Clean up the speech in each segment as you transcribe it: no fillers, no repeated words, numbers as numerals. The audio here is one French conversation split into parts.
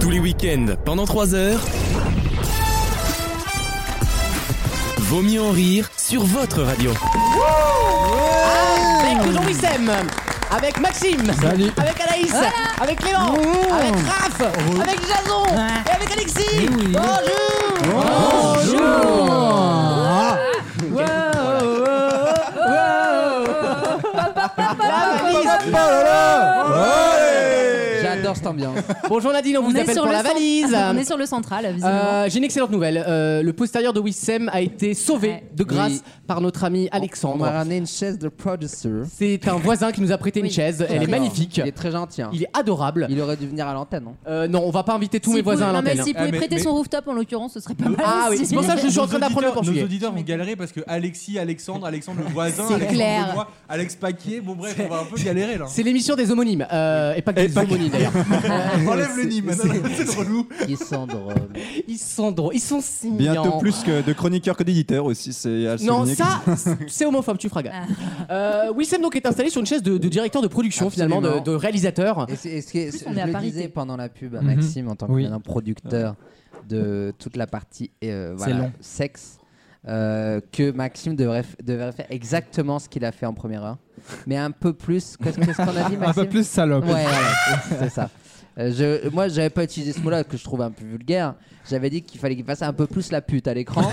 Tous les week-ends, pendant 3 heures. Vaut mieux en rire sur votre radio. Avec Jean Wissem, avec Maxime, avec Anaïs, avec Clément, avec Raph, avec Jason et avec Alexis. Bonjour. J'adore cette ambiance. Bonjour Nadine, on vous appelle pour la valise. On est sur le central, visiblement. J'ai une excellente nouvelle. Le postérieur de Wissem a été sauvé de grâce par notre ami On Alexandre. m'a ramené une chaise de producer. C'est un voisin qui nous a prêté une chaise. Elle est magnifique. Il est très gentil. Il est adorable. Il aurait dû venir à l'antenne, non? Non, on va pas inviter tous mes voisins à l'antenne. S'il pouvait prêter son rooftop en l'occurrence, ce serait pas mal. Ah oui, c'est pour ça que je suis en train d'apprendre le portugais. Nos auditeurs vont galérer parce que Alexis, Alexandre le voisin, C'est Alexandre clair. le moi, Alex Paquier. Bon bref, on va un peu galérer là. C'est l'émission des homonymes et pas que des homonymes d'ailleurs. Enlève le nîmes, c'est relou. Ils sont drôles. Ils sont drôles, ils sont si mignons. Bientôt plus que de chroniqueurs que d'éditeurs aussi, c'est à Non, souligner. ça, c'est homophobe, tu feras gaffe. Wissem donc est installé sur une chaise de directeur de production, finalement, de réalisateur. Et je on est à le parité. disais pendant la pub à Maxime en tant que maintenant producteur de toute la partie sexe. Que Maxime devrait faire exactement ce qu'il a fait en première heure, mais un peu plus. Qu'est-ce qu'on a dit, Maxime? Un peu plus salope. Ouais, voilà, c'est ça. Moi, j'avais pas utilisé ce mot-là que je trouve un peu vulgaire. J'avais dit qu'il fallait qu'il fasse un peu plus la pute à l'écran.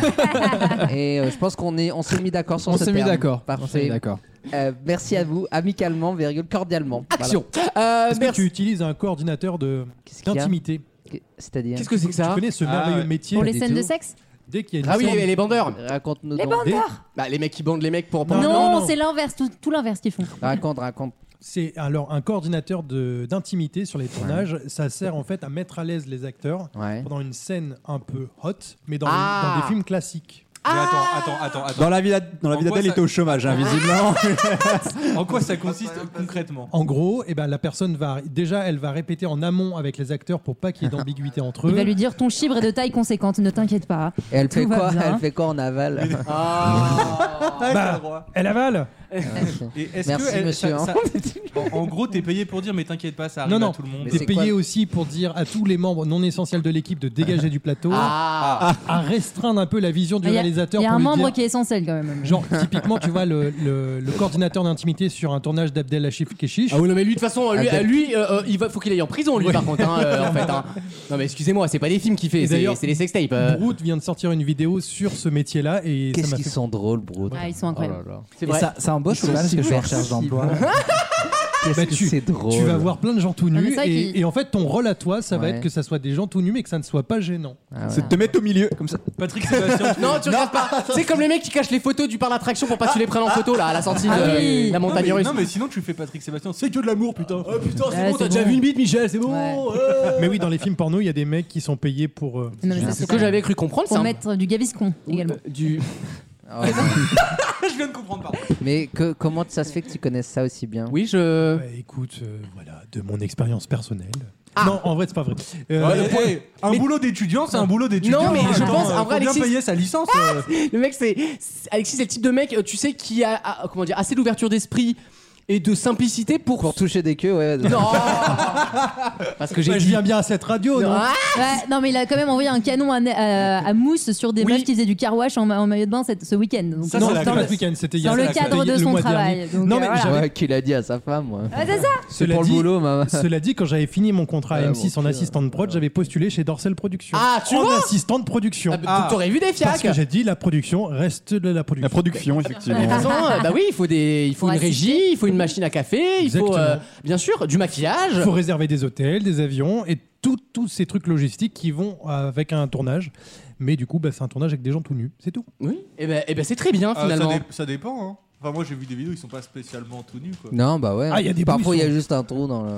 Et je pense qu'on s'est mis d'accord sur ce terme. On s'est mis d'accord. Parfait. Merci à vous, amicalement, cordialement. Action. Est-ce que tu utilises un coordinateur d'intimité? C'est-à-dire? Qu'est-ce que c'est que ça? Tu connais ce merveilleux métier Pour les scènes de sexe? Dès qu'il y a une Ah oui, scène- les bandeurs. Raconte-nous. Les donc. bandeurs. Bah, les mecs qui bandent les mecs pour. Non, c'est l'inverse, tout l'inverse qu'ils font. Raconte. C'est alors un coordinateur d'intimité sur les tournages. Ça sert en fait à mettre à l'aise les acteurs pendant une scène un peu hot, mais dans des films classiques. Mais attends. Dans la vie d'Adèle, il était au chômage, visiblement. En quoi ça consiste concrètement? En gros, la personne elle va répéter en amont avec les acteurs pour pas qu'il y ait d'ambiguïté entre eux. Il va lui dire ton chibre est de taille conséquente, ne t'inquiète pas. Et elle Tout fait va quoi? bien. Elle fait quoi en aval? Elle avale. Et est-ce Merci, que monsieur. en gros, t'es payé pour dire mais t'inquiète pas, ça arrive Non. à tout le monde. T'es payé aussi pour dire à tous les membres non essentiels de l'équipe de dégager du plateau, à restreindre un peu la vision du réalisateur. Il y a pour un lui membre dire- qui est essentiel quand même. Genre, typiquement, tu vois, le coordinateur d'intimité sur un tournage d'Abdel Hachif Keshish. Ah oui, non, mais lui, de toute façon, faut qu'il aille en prison, lui, par contre, en fait. Non, mais excusez-moi, c'est pas des films qu'il fait, c'est des sextapes. Brut vient de sortir une vidéo sur ce métier-là et Qu'est-ce ça m'a qu'ils fait... sont drôles, Brut. Ah, ils sont incroyables. C'est Et vrai. ça embauche ou pas? Parce que je suis en recherche d'emploi. C'est drôle. Tu vas voir plein de gens tout mais nus c'est vrai et en fait ton rôle à toi ça va Ouais. être que ça soit des gens tout nus mais que ça ne soit pas gênant. C'est de te mettre au milieu, comme ça. Patrick Sébastien. Non, tu regardes pas. C'est comme les mecs qui cachent les photos du parc d'attraction pour pas que tu les prennes en photo, là, à la sortie de la montagne russe. Non mais sinon tu fais Patrick Sébastien, c'est que de l'amour putain. Putain, c'est Ouais, bon, t'as c'est déjà bon. vu une bite, Michel, c'est bon. Ouais. Mais oui, dans les films porno, il y a des mecs qui sont payés pour Non, mais ça, C'est c'est ce que pas- j'avais cru comprendre, Pour c'est mettre du gaviscon également. du. Je viens de comprendre pardon. Mais comment ça se fait que tu connaisses ça aussi bien? Oui, je. Bah, écoute, voilà, de mon expérience personnelle. Non, en vrai, c'est pas vrai. Un boulot d'étudiant, c'est un boulot d'étudiant. Non, mais je Attends, pense, en vrai, faut bien Alexis- payer sa licence. Le mec, Alexis, c'est le type de mec, tu sais, qui a comment dire, assez d'ouverture d'esprit et de simplicité pour toucher des queues, ouais. Non. Parce que j'ai je dit. viens bien à cette radio, non? Ouais, non, mais il a quand même envoyé un canon à mousse sur des Oui. meufs qui faisaient du car wash en maillot de bain ce week-end. Donc, Ça, Non, c'est la c'était pas classe. ce week-end, c'était dans hier. le cadre de le son mois travail. dernier. Donc, Non, mais voilà. Ouais, qu'il a dit à sa femme, moi. Ouais, c'est ça. C'est Cela pour le dit- boulot, maman. Cela dit, quand j'avais fini mon contrat à Ah, M6 mon en cul, assistant de prod, j'avais postulé chez Dorsel Productions. Ah, tu en vois assistant de production. T'aurais vu des Parce fiacs. que j'ai dit, la production reste de la production. La production, effectivement. De toute façon, bah oui, il faut une Pour régie, assister. il faut une machine à café, il faut Exactement. bien sûr du maquillage. Il faut réserver des hôtels, des avions et tous ces trucs logistiques qui vont avec un tournage. Mais du coup, c'est un tournage avec des gens tout nus, c'est tout. Oui. Et ben c'est très bien finalement. Ça dépend. Hein. Enfin moi j'ai vu des vidéos, ils sont pas spécialement tout nus quoi. Non, bah ouais. Ah, il y a des Parfois, il y a bouissons. juste un trou dans le.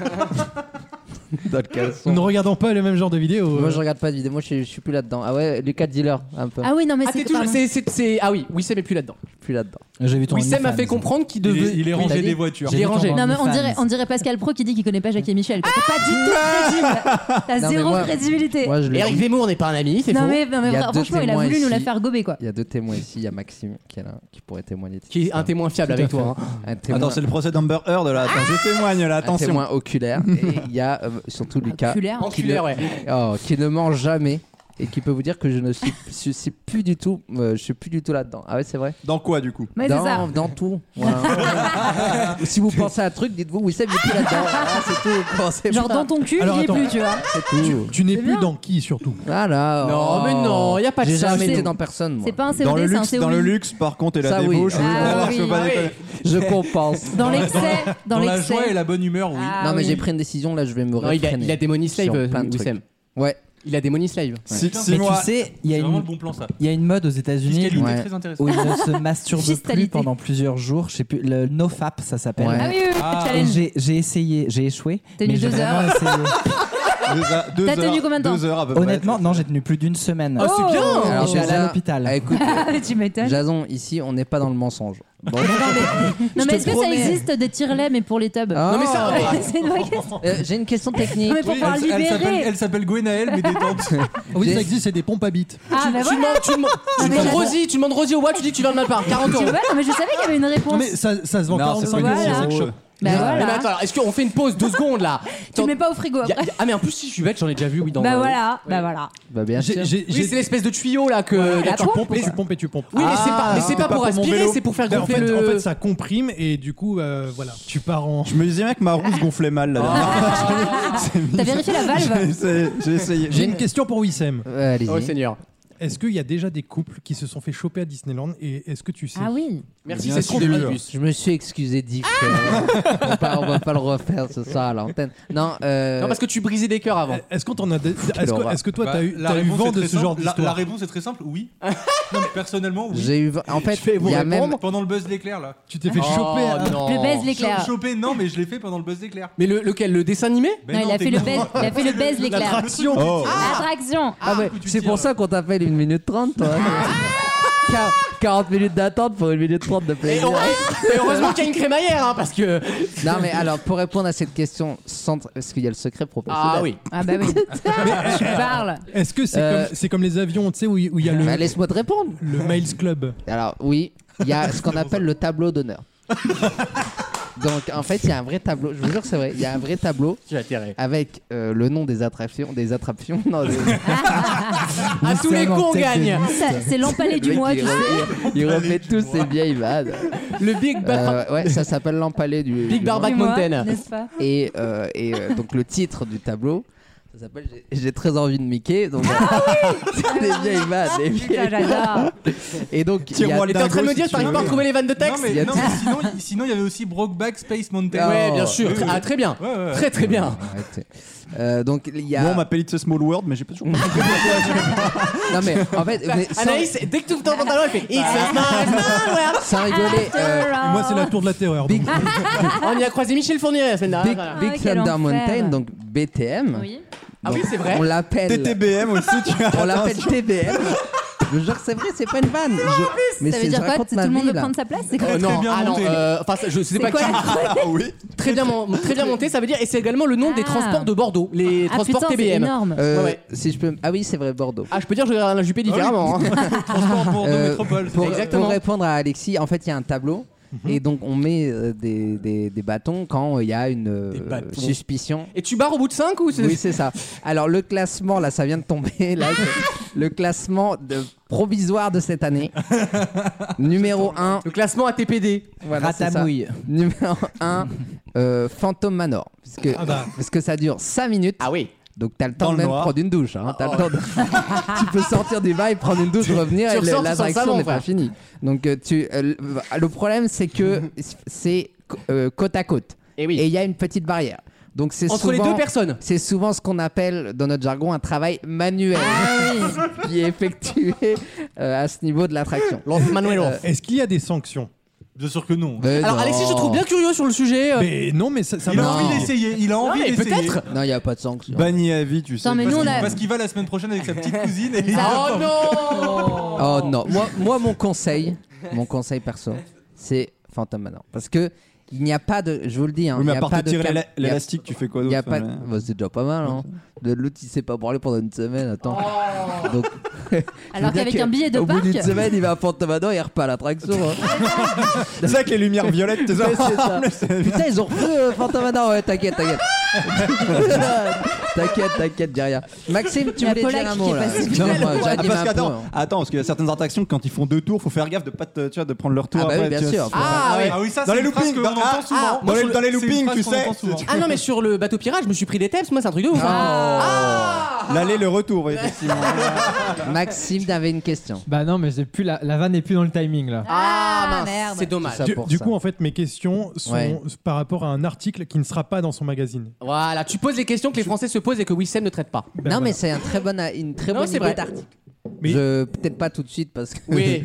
dans le caleçon. Nous ne regardons pas le même genre de vidéos. Moi, je regarde pas de vidéo. Moi, je suis plus là-dedans. Ah ouais, Lucas Dealer, un peu. Ah oui, non, mais Ah, c'est t'es toujours. pardon. Ah oui, Wissem est plus là-dedans. Plus là-dedans. J'ai vu ton Wissem m'a OnlyFans. fait comprendre qu'il devait. Il est rangé des voitures. Il est rangé. Non mais OnlyFans. on dirait Pascal Pro qui dit qu'il connaît pas Jackie et Michel. Quoi. T'es pas du tout crédible. T'as Non, mais zéro moi- crédibilité. Moi, je l'ai Eric dit. Zemmour n'est pas un ami, c'est Non faux. mais Il y a deux franchement, il a témoins voulu nous la ici. faire gober quoi. Il y a 2 témoins ici. Il y a Maxime qui est là, qui pourrait témoigner. de Qui est cette un témoin fiable Tout à avec toi. fait. hein. Un témoin, Attends, c'est le procès d'Amber Heard là. Attends, je témoigne là, un attention. témoin oculaire. Et il y a surtout Lucas Oculaire. Enculaire, ouais. qui ne mange jamais et qui peut vous dire que je ne suis plus du tout, je suis plus du tout là-dedans. Ah ouais, c'est vrai. Dans quoi du coup? Mais c'est ça. Dans tout. Voilà. Si vous pensez à un truc, dites-vous, oui, c'est plus là-dedans. Ah, c'est tout. Pensez Genre pas. dans ton cul, Alors, j'y ai attends. plus, tu vois. C'est tout. Tu n'es C'est plus bien. dans qui surtout? Voilà. Non, mais non, y a pas de J'ai ça. jamais C'est- été dans personne, moi. C'est pas un Dans le COD, c'est un luxe, COI. dans le luxe, par contre, et la Ça, oui. débauche. Ah, je peux oui. pas Ah, oui. déconner. Je compense. Dans l'excès, dans Dans la l'excès. joie et la bonne humeur, oui. Ah, Non, mais oui. j'ai pris une décision, là, je vais me Non, réfréner. il a démoni Slave, Sur plein de trucs. Wissem. Ouais. Il a démoni Slave. Si Mais moi. tu sais, il y C'est a vraiment une le bon plan, ça. il y a une mode aux États-Unis Fiscalité Ouais. très intéressante. où ils ne se masturbent plus Fiscalité. pendant plusieurs jours. Je sais plus, le NoFap, ça s'appelle. Ouais. Ah oui, oui, oui, Ah, Et challenge. j'ai essayé, j'ai échoué. T'as mais mis j'ai 2 vraiment heures. essayé. Deux T'as tenu combien de temps? 2 heures à peu près. Honnêtement, non, j'ai tenu plus d'une semaine. Oh, c'est bien. Alors, je suis allé déjà, à l'hôpital. Écoute, Tu m'étonnes. Jason, ici, on n'est pas dans le mensonge. Bon. Non mais est-ce que ça promets. existe des tire-lait mais pour les tubs Ah. Non, mais ça. C'est une vraie question. J'ai une question technique. Non, mais pour pouvoir libérer. Elle s'appelle Gwenaël, mais détente. Oui, J'ai- ça existe, c'est des pompes à bites. Ah bah voilà. Tu demandes mais Rosie au bois, tu dis que tu viens de ma part. 40 euros. Tu vois, non, mais je savais qu'il y avait une Non, réponse. mais ça se vend Non, 45 c'est pas une euros Voilà. au sex shop. Bah Mais voilà. attends, alors, est-ce qu'on fait une pause 2 secondes là Tu le mets pas au frigo après. Ah, mais en plus, si je suis bête, j'en ai déjà vu, oui. Dans Bah le- voilà, Ouais. bah voilà. Bah, bien sûr. Oui, c'est l'espèce de tuyau là que. La Tu pompe, pompes et quoi. tu pompes et tu pompes. Oui, mais c'est pas, c'était pas pas pour pour mon aspirer, vélo. c'est pour faire En gonfler fait, le. en fait, ça comprime et du coup, voilà, tu pars en. Je me disais bien que ma rousse gonflait mal là. T'as vérifié la valve J'ai essayé. J'ai une question pour Wissem. Allez-y. Oh Seigneur. Est-ce qu'il y a déjà des couples qui se sont fait choper à Disneyland et est-ce que tu sais? Ah oui. Merci, Bien c'est sûr. ce minibus. Je me suis excusé 10 fois. on va pas le refaire ce soir à l'antenne. Non, Non, parce que tu brisais des cœurs avant. Est-ce qu'on t'en a est-ce que toi Bah, t'as eu la t'as eu réponse vent est de très ce genre simple. La d'histoire? réponse est très simple, oui. Non, mais personnellement, oui. j'ai eu. En fait, il y a même. Pendant le buzz d'éclair, là. Tu t'es fait Oh, choper à... non. Le baise l'éclair. Chopé, non, mais je l'ai fait pendant le buzz d'éclair. Mais lequel? Le dessin animé? Mais Non, il a t'es fait le con. baise, il a fait le baise l'éclair. L'attraction. Oh. L'attraction. Ah, ouais, où tu c'est tires, pour ça qu'on t'appelle 1 minute 30, toi. 40 minutes d'attente pour 1 minute 30 de Et plaisir. heureusement qu'il y a une crémaillère, hein, parce que. Non, mais alors, pour répondre à cette question, parce qu'il y a le secret professionnel. Ah oui. Ah bah oui. Tu parles. Est-ce que c'est comme les avions, tu sais, où il y a Bah, laisse-moi te répondre. le Miles Club? Alors, oui, il y a ce qu'on appelle le tableau d'honneur. Donc, en fait, il y a un vrai tableau. Je vous jure que c'est vrai. Il y a un vrai tableau J'ai intérêt. avec le nom des attractions. Non, À tous les coups, on gagne. Ça, c'est l'empalé du mois, tu sais. il refait tous ces vieilles vannes. Le Big Bar. Ouais, ça s'appelle l'empalé du. Big du Barbac mois. Mountain. N'est-ce pas? Et donc le titre du tableau, ça s'appelle J'ai très envie de Mickey. Donc c'est des vieilles vannes. Des vieilles Putain, j'adore. Et donc Tire-moi Et t'es en train de me dire, si tu t'arrives veux. pas à retrouver les vannes de Non, texte? mais, Il y a non, mais sinon, il y avait aussi Brokeback Space Mountain. Ouais, Oh. bien sûr. Oui, oui. Ah, très bien. Ouais, ouais. Très très bien. Arrêtez. Donc il y a. Moi, on m'appelle It's a Small World, mais j'ai pas toujours. Non mais en fait, mais Anaïs, dès que tu ouvres ton pantalon, elle fait It's a small world. sans rigoler, Et moi, c'est la tour de la terreur. Big, donc. On y a croisé Michel Fournier la semaine Big, dernière. Big quel Thunder enfer. Mountain, donc BTM. Oui. Ah oui, c'est vrai. On l'appelle. TTBM aussi, tu as. On l'appelle TBM. Je jure que c'est vrai, c'est pas une vanne. Mais Ça veut dire je quoi? raconte Tout ma le monde vie, veut là. prendre sa place? C'est quoi? Non, très bien ah non, monté. enfin, je sais C'est pas quoi qui. la chronique? Ah oui. Très bien monté, ça veut dire, et c'est également le nom des Ah. transports de Bordeaux, les Ah transports putain, c'est TBM. énorme. Ouais. Si je peux. Ah oui, c'est vrai, Bordeaux. Ah, je peux dire, je regarde la Juppé différemment. hein. Transport pour Euh, Métropole. Pour, Exactement. pour répondre à Alexis, en fait, il y a un tableau. Et donc, on met des bâtons quand il y a une Des bâtons. suspicion. Et tu barres au bout de 5 ou c'est. Oui, c'est ça. Alors, le classement, là, ça vient de tomber. Là, le classement provisoire de cette année. Numéro 1. Le classement ATPD. Voilà, c'est ça. Ratamouille. Numéro 1, Phantom Manor. Parce que ça dure 5 minutes. Ah oui. Donc t'as le temps Dans de le même noir. prendre une douche. Hein. T'as le temps de... tu peux sortir du bail, prendre une douche, revenir tu et ressors, tu sens le l'attraction savon, n'est pas frère. finie. Donc le problème c'est que c'est côte à côte. Et oui. Et il y a une petite barrière. Donc c'est Entre les souvent, deux personnes. c'est souvent ce qu'on appelle dans notre jargon un travail manuel qui est effectué à ce niveau de l'attraction. Los Manuelos. Est-ce qu'il y a des sanctions? Bien sûr que non. Alors, non. Alexis, je te trouve bien curieux sur le sujet. Mais non, mais ça Il a m'a- envie d'essayer. Il a Non, envie mais d'essayer. peut-être. Non, il n'y a pas de sanction. Banni à vie, tu sais. Attends, mais nous, on a. Parce qu'il va la semaine prochaine avec sa petite cousine et Oh non. Oh non, moi mon conseil perso, c'est Phantom Manor. Parce que il n'y a pas de, je vous le dis, hein, Oui, mais il à y a part pas te de tirer l'élastique, tu fais quoi il y a d'autre pas, bah, c'est déjà pas mal. Hein. De l'autre, il s'est pas branlé pendant une semaine. Attends. Donc, Alors qu'avec un billet de au parc. bout d'une semaine, il va à Phantom Manor, il repart à l'attraction. Hein. C'est ça avec les lumières violettes, t'es ça. Putain, ils ont refait Phantom Manor. Ouais, t'inquiète. T'inquiète, dis rien. Maxime, tu La voulais Polac dire un qui mot est là. passée. Non, j'anime un peu. Attends, parce qu'il y a certaines attractions quand ils font 2 tours, faut faire gaffe de pas te, tu vois, de prendre leur tour Ah bah après. oui, bien tu vois, sûr. c'est- Ah oui. ça Dans c'est les une phrase loopings, qu'on entend souvent. Moi, dans les c'est une loopings, phrase tu qu'on sais. entend souvent. Ah non, mais sur le bateau pirate, je me suis pris des teps. Moi, c'est un truc de ouf. L'aller, le retour, oui, effectivement. Maxime, t'avais une question. Bah non, mais la vanne n'est plus dans le timing là. Ah mince, merde. c'est dommage. Ça pour Du ça. coup, en fait, mes questions sont par rapport à un article qui ne sera pas dans son magazine. Voilà, tu poses les questions que les Français se posent et que Wissem ne traite pas. Ben Non, voilà. mais c'est une très bonne c'est idée vrai. d'article. Mais- Peut-être pas tout de suite parce que Oui.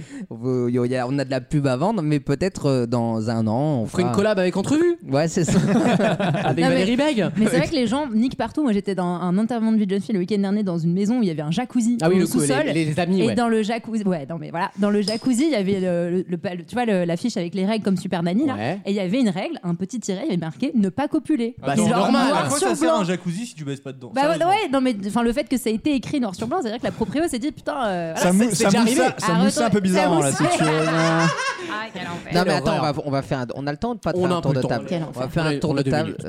on a de la pub à vendre, mais peut-être dans un an On ferait une collab avec Entrevue Ouais, c'est ça. avec Non, mais- Valérie Beg. Mais c'est vrai que les gens niquent partout. Moi, j'étais dans un enterrement de vie de jeune fille le week-end dernier dans une maison où il y avait un jacuzzi Ah oui, au le sous-sol. les amis, Et ouais. dans le jacuzzi, dans le jacuzzi, il y avait tu vois l'affiche avec les règles comme Super Nanny là. Ouais. Et il y avait une règle, un petit tiret, il y avait marqué ne pas copuler. Bah, Et c'est genre, normal. noir À quoi sur ça sert blanc. un jacuzzi si tu baisses pas dedans? Bah Sérieusement. ouais, non mais enfin le fait que ça ait été écrit noir sur blanc, c'est-à-dire que la proprio s'est dit putain. Voilà, Ça c'est déjà arrivé. mousse un peu bizarrement là, si tu veux. Ah, quel enfer. Non, mais Quelle attends, horreur. on va faire on a le temps de pas de On faire a un tour un peu de le temps. table. Quel On va enfer. faire un tour On a de 2 table. minutes.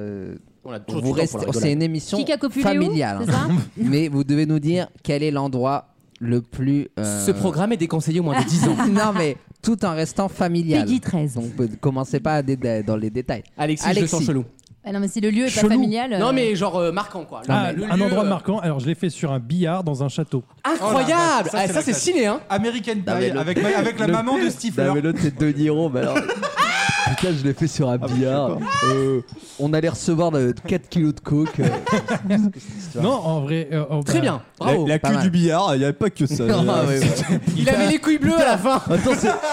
On a toujours Vous du temps pour restez, rigoler. c'est une émission Qui a copulé familiale, où, c'est ça mais vous devez nous dire quel est l'endroit le plus. Ce programme est déconseillé au moins de 10 ans. Non, mais tout en restant familial. Peggy 13. Donc commencez pas dans les détails. Alexis, je le sens chelou. Ah non mais si le lieu est pas Chelou. familial. Non mais genre marquant quoi. Ah, Le un lieu, endroit marquant. Alors, je l'ai fait sur un billard dans un château. Incroyable. Ça, c'est Ça la c'est classe. stylé hein. American Non, mais Pie avec la maman de Stifler. l'autre c'est De Niro, mais alors. Putain, je l'ai fait sur un billard. On allait recevoir 4 kilos de coke. Non, en vrai. Très bien. Bravo. La pas queue mal. du billard, il n'y avait pas que ça. Ah, ouais, ouais. Il avait les couilles bleues à la fin. Attends,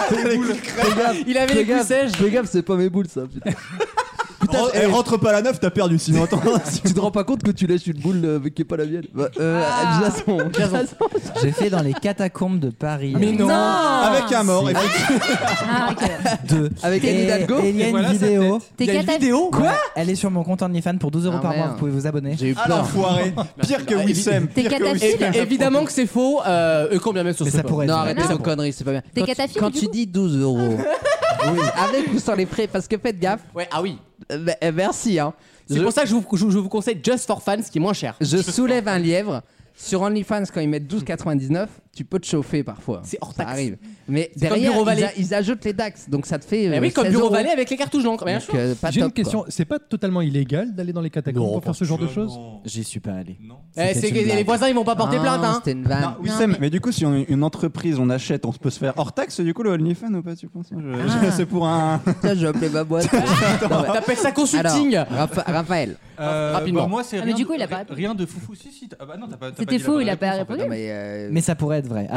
fais gaffe. Il avait les couilles sèches. Fais gaffe, c'est pas mes boules ça. Putain. Elle rentre pas à la neuf, t'as perdu sinon. Attends. Tu te rends pas compte que tu lèches une boule qui est pas la mienne. Jason. J'ai fait dans les catacombes de Paris. Mais non. Avec un mort, Si. effectivement. Ah, ok. Deux. Avec Anne Et Hidalgo. il y a une voilà sa vidéo. tête. T'es Il y a une cata- vidéo. Ouais, elle est sur mon compte OnlyFans pour 12 € Ah, par mois. merde. Vous pouvez vous abonner. J'ai eu Ah peur. l'enfoiré. Pire que Wissem. T'es Pire que cataphile. Wissem. Évidemment que c'est faux. Combien même sur Mais ce ça pot. pourrait Non, être. arrêtez Non. vos conneries, c'est pas bien. T'es Quand- cataphile, Quand du tu coup dis 12 €, oui, avec ou sans les frais, parce que faites gaffe. Ouais, ah oui. Merci. Hein. C'est pour ça que je vous conseille Just for Fun, ce qui est moins cher. Je soulève un lièvre. Sur OnlyFans, quand ils mettent 12,99, tu peux te chauffer parfois. C'est hors Ça taxe. arrive. Mais C'est comme derrière, Bureau Vallée. ils ajoutent les DAX. Donc ça te fait. Eh oui, comme 16 Bureau €. Vallée avec les cartouches d'encre. Bien Donc, sûr. pas J'ai top, une question. C'est pas totalement illégal d'aller dans les catacombes pour faire ce genre de choses? J'y suis pas allé. Non. Eh, C'était c'est une que les blague. voisins ils vont pas porter plainte. Hein. C'était une vanne. Non, Wissem, mais du coup, si on est une entreprise, on achète, on peut se faire hors taxe du coup le OnlyFans ou pas, tu penses? C'est pour un. Tiens, je vais appeler ma boîte. T'appelles ça consulting. Alors, Raphaël. Rapidement. Bah, moi, c'est mais rien. du coup, il a pas répondu. Rien de foufou. Si. Ah bah non, t'as pas. C'était dit la faux, bonne il a pas réponse, en fait. répondu. Non, mais, Mais ça pourrait être vrai.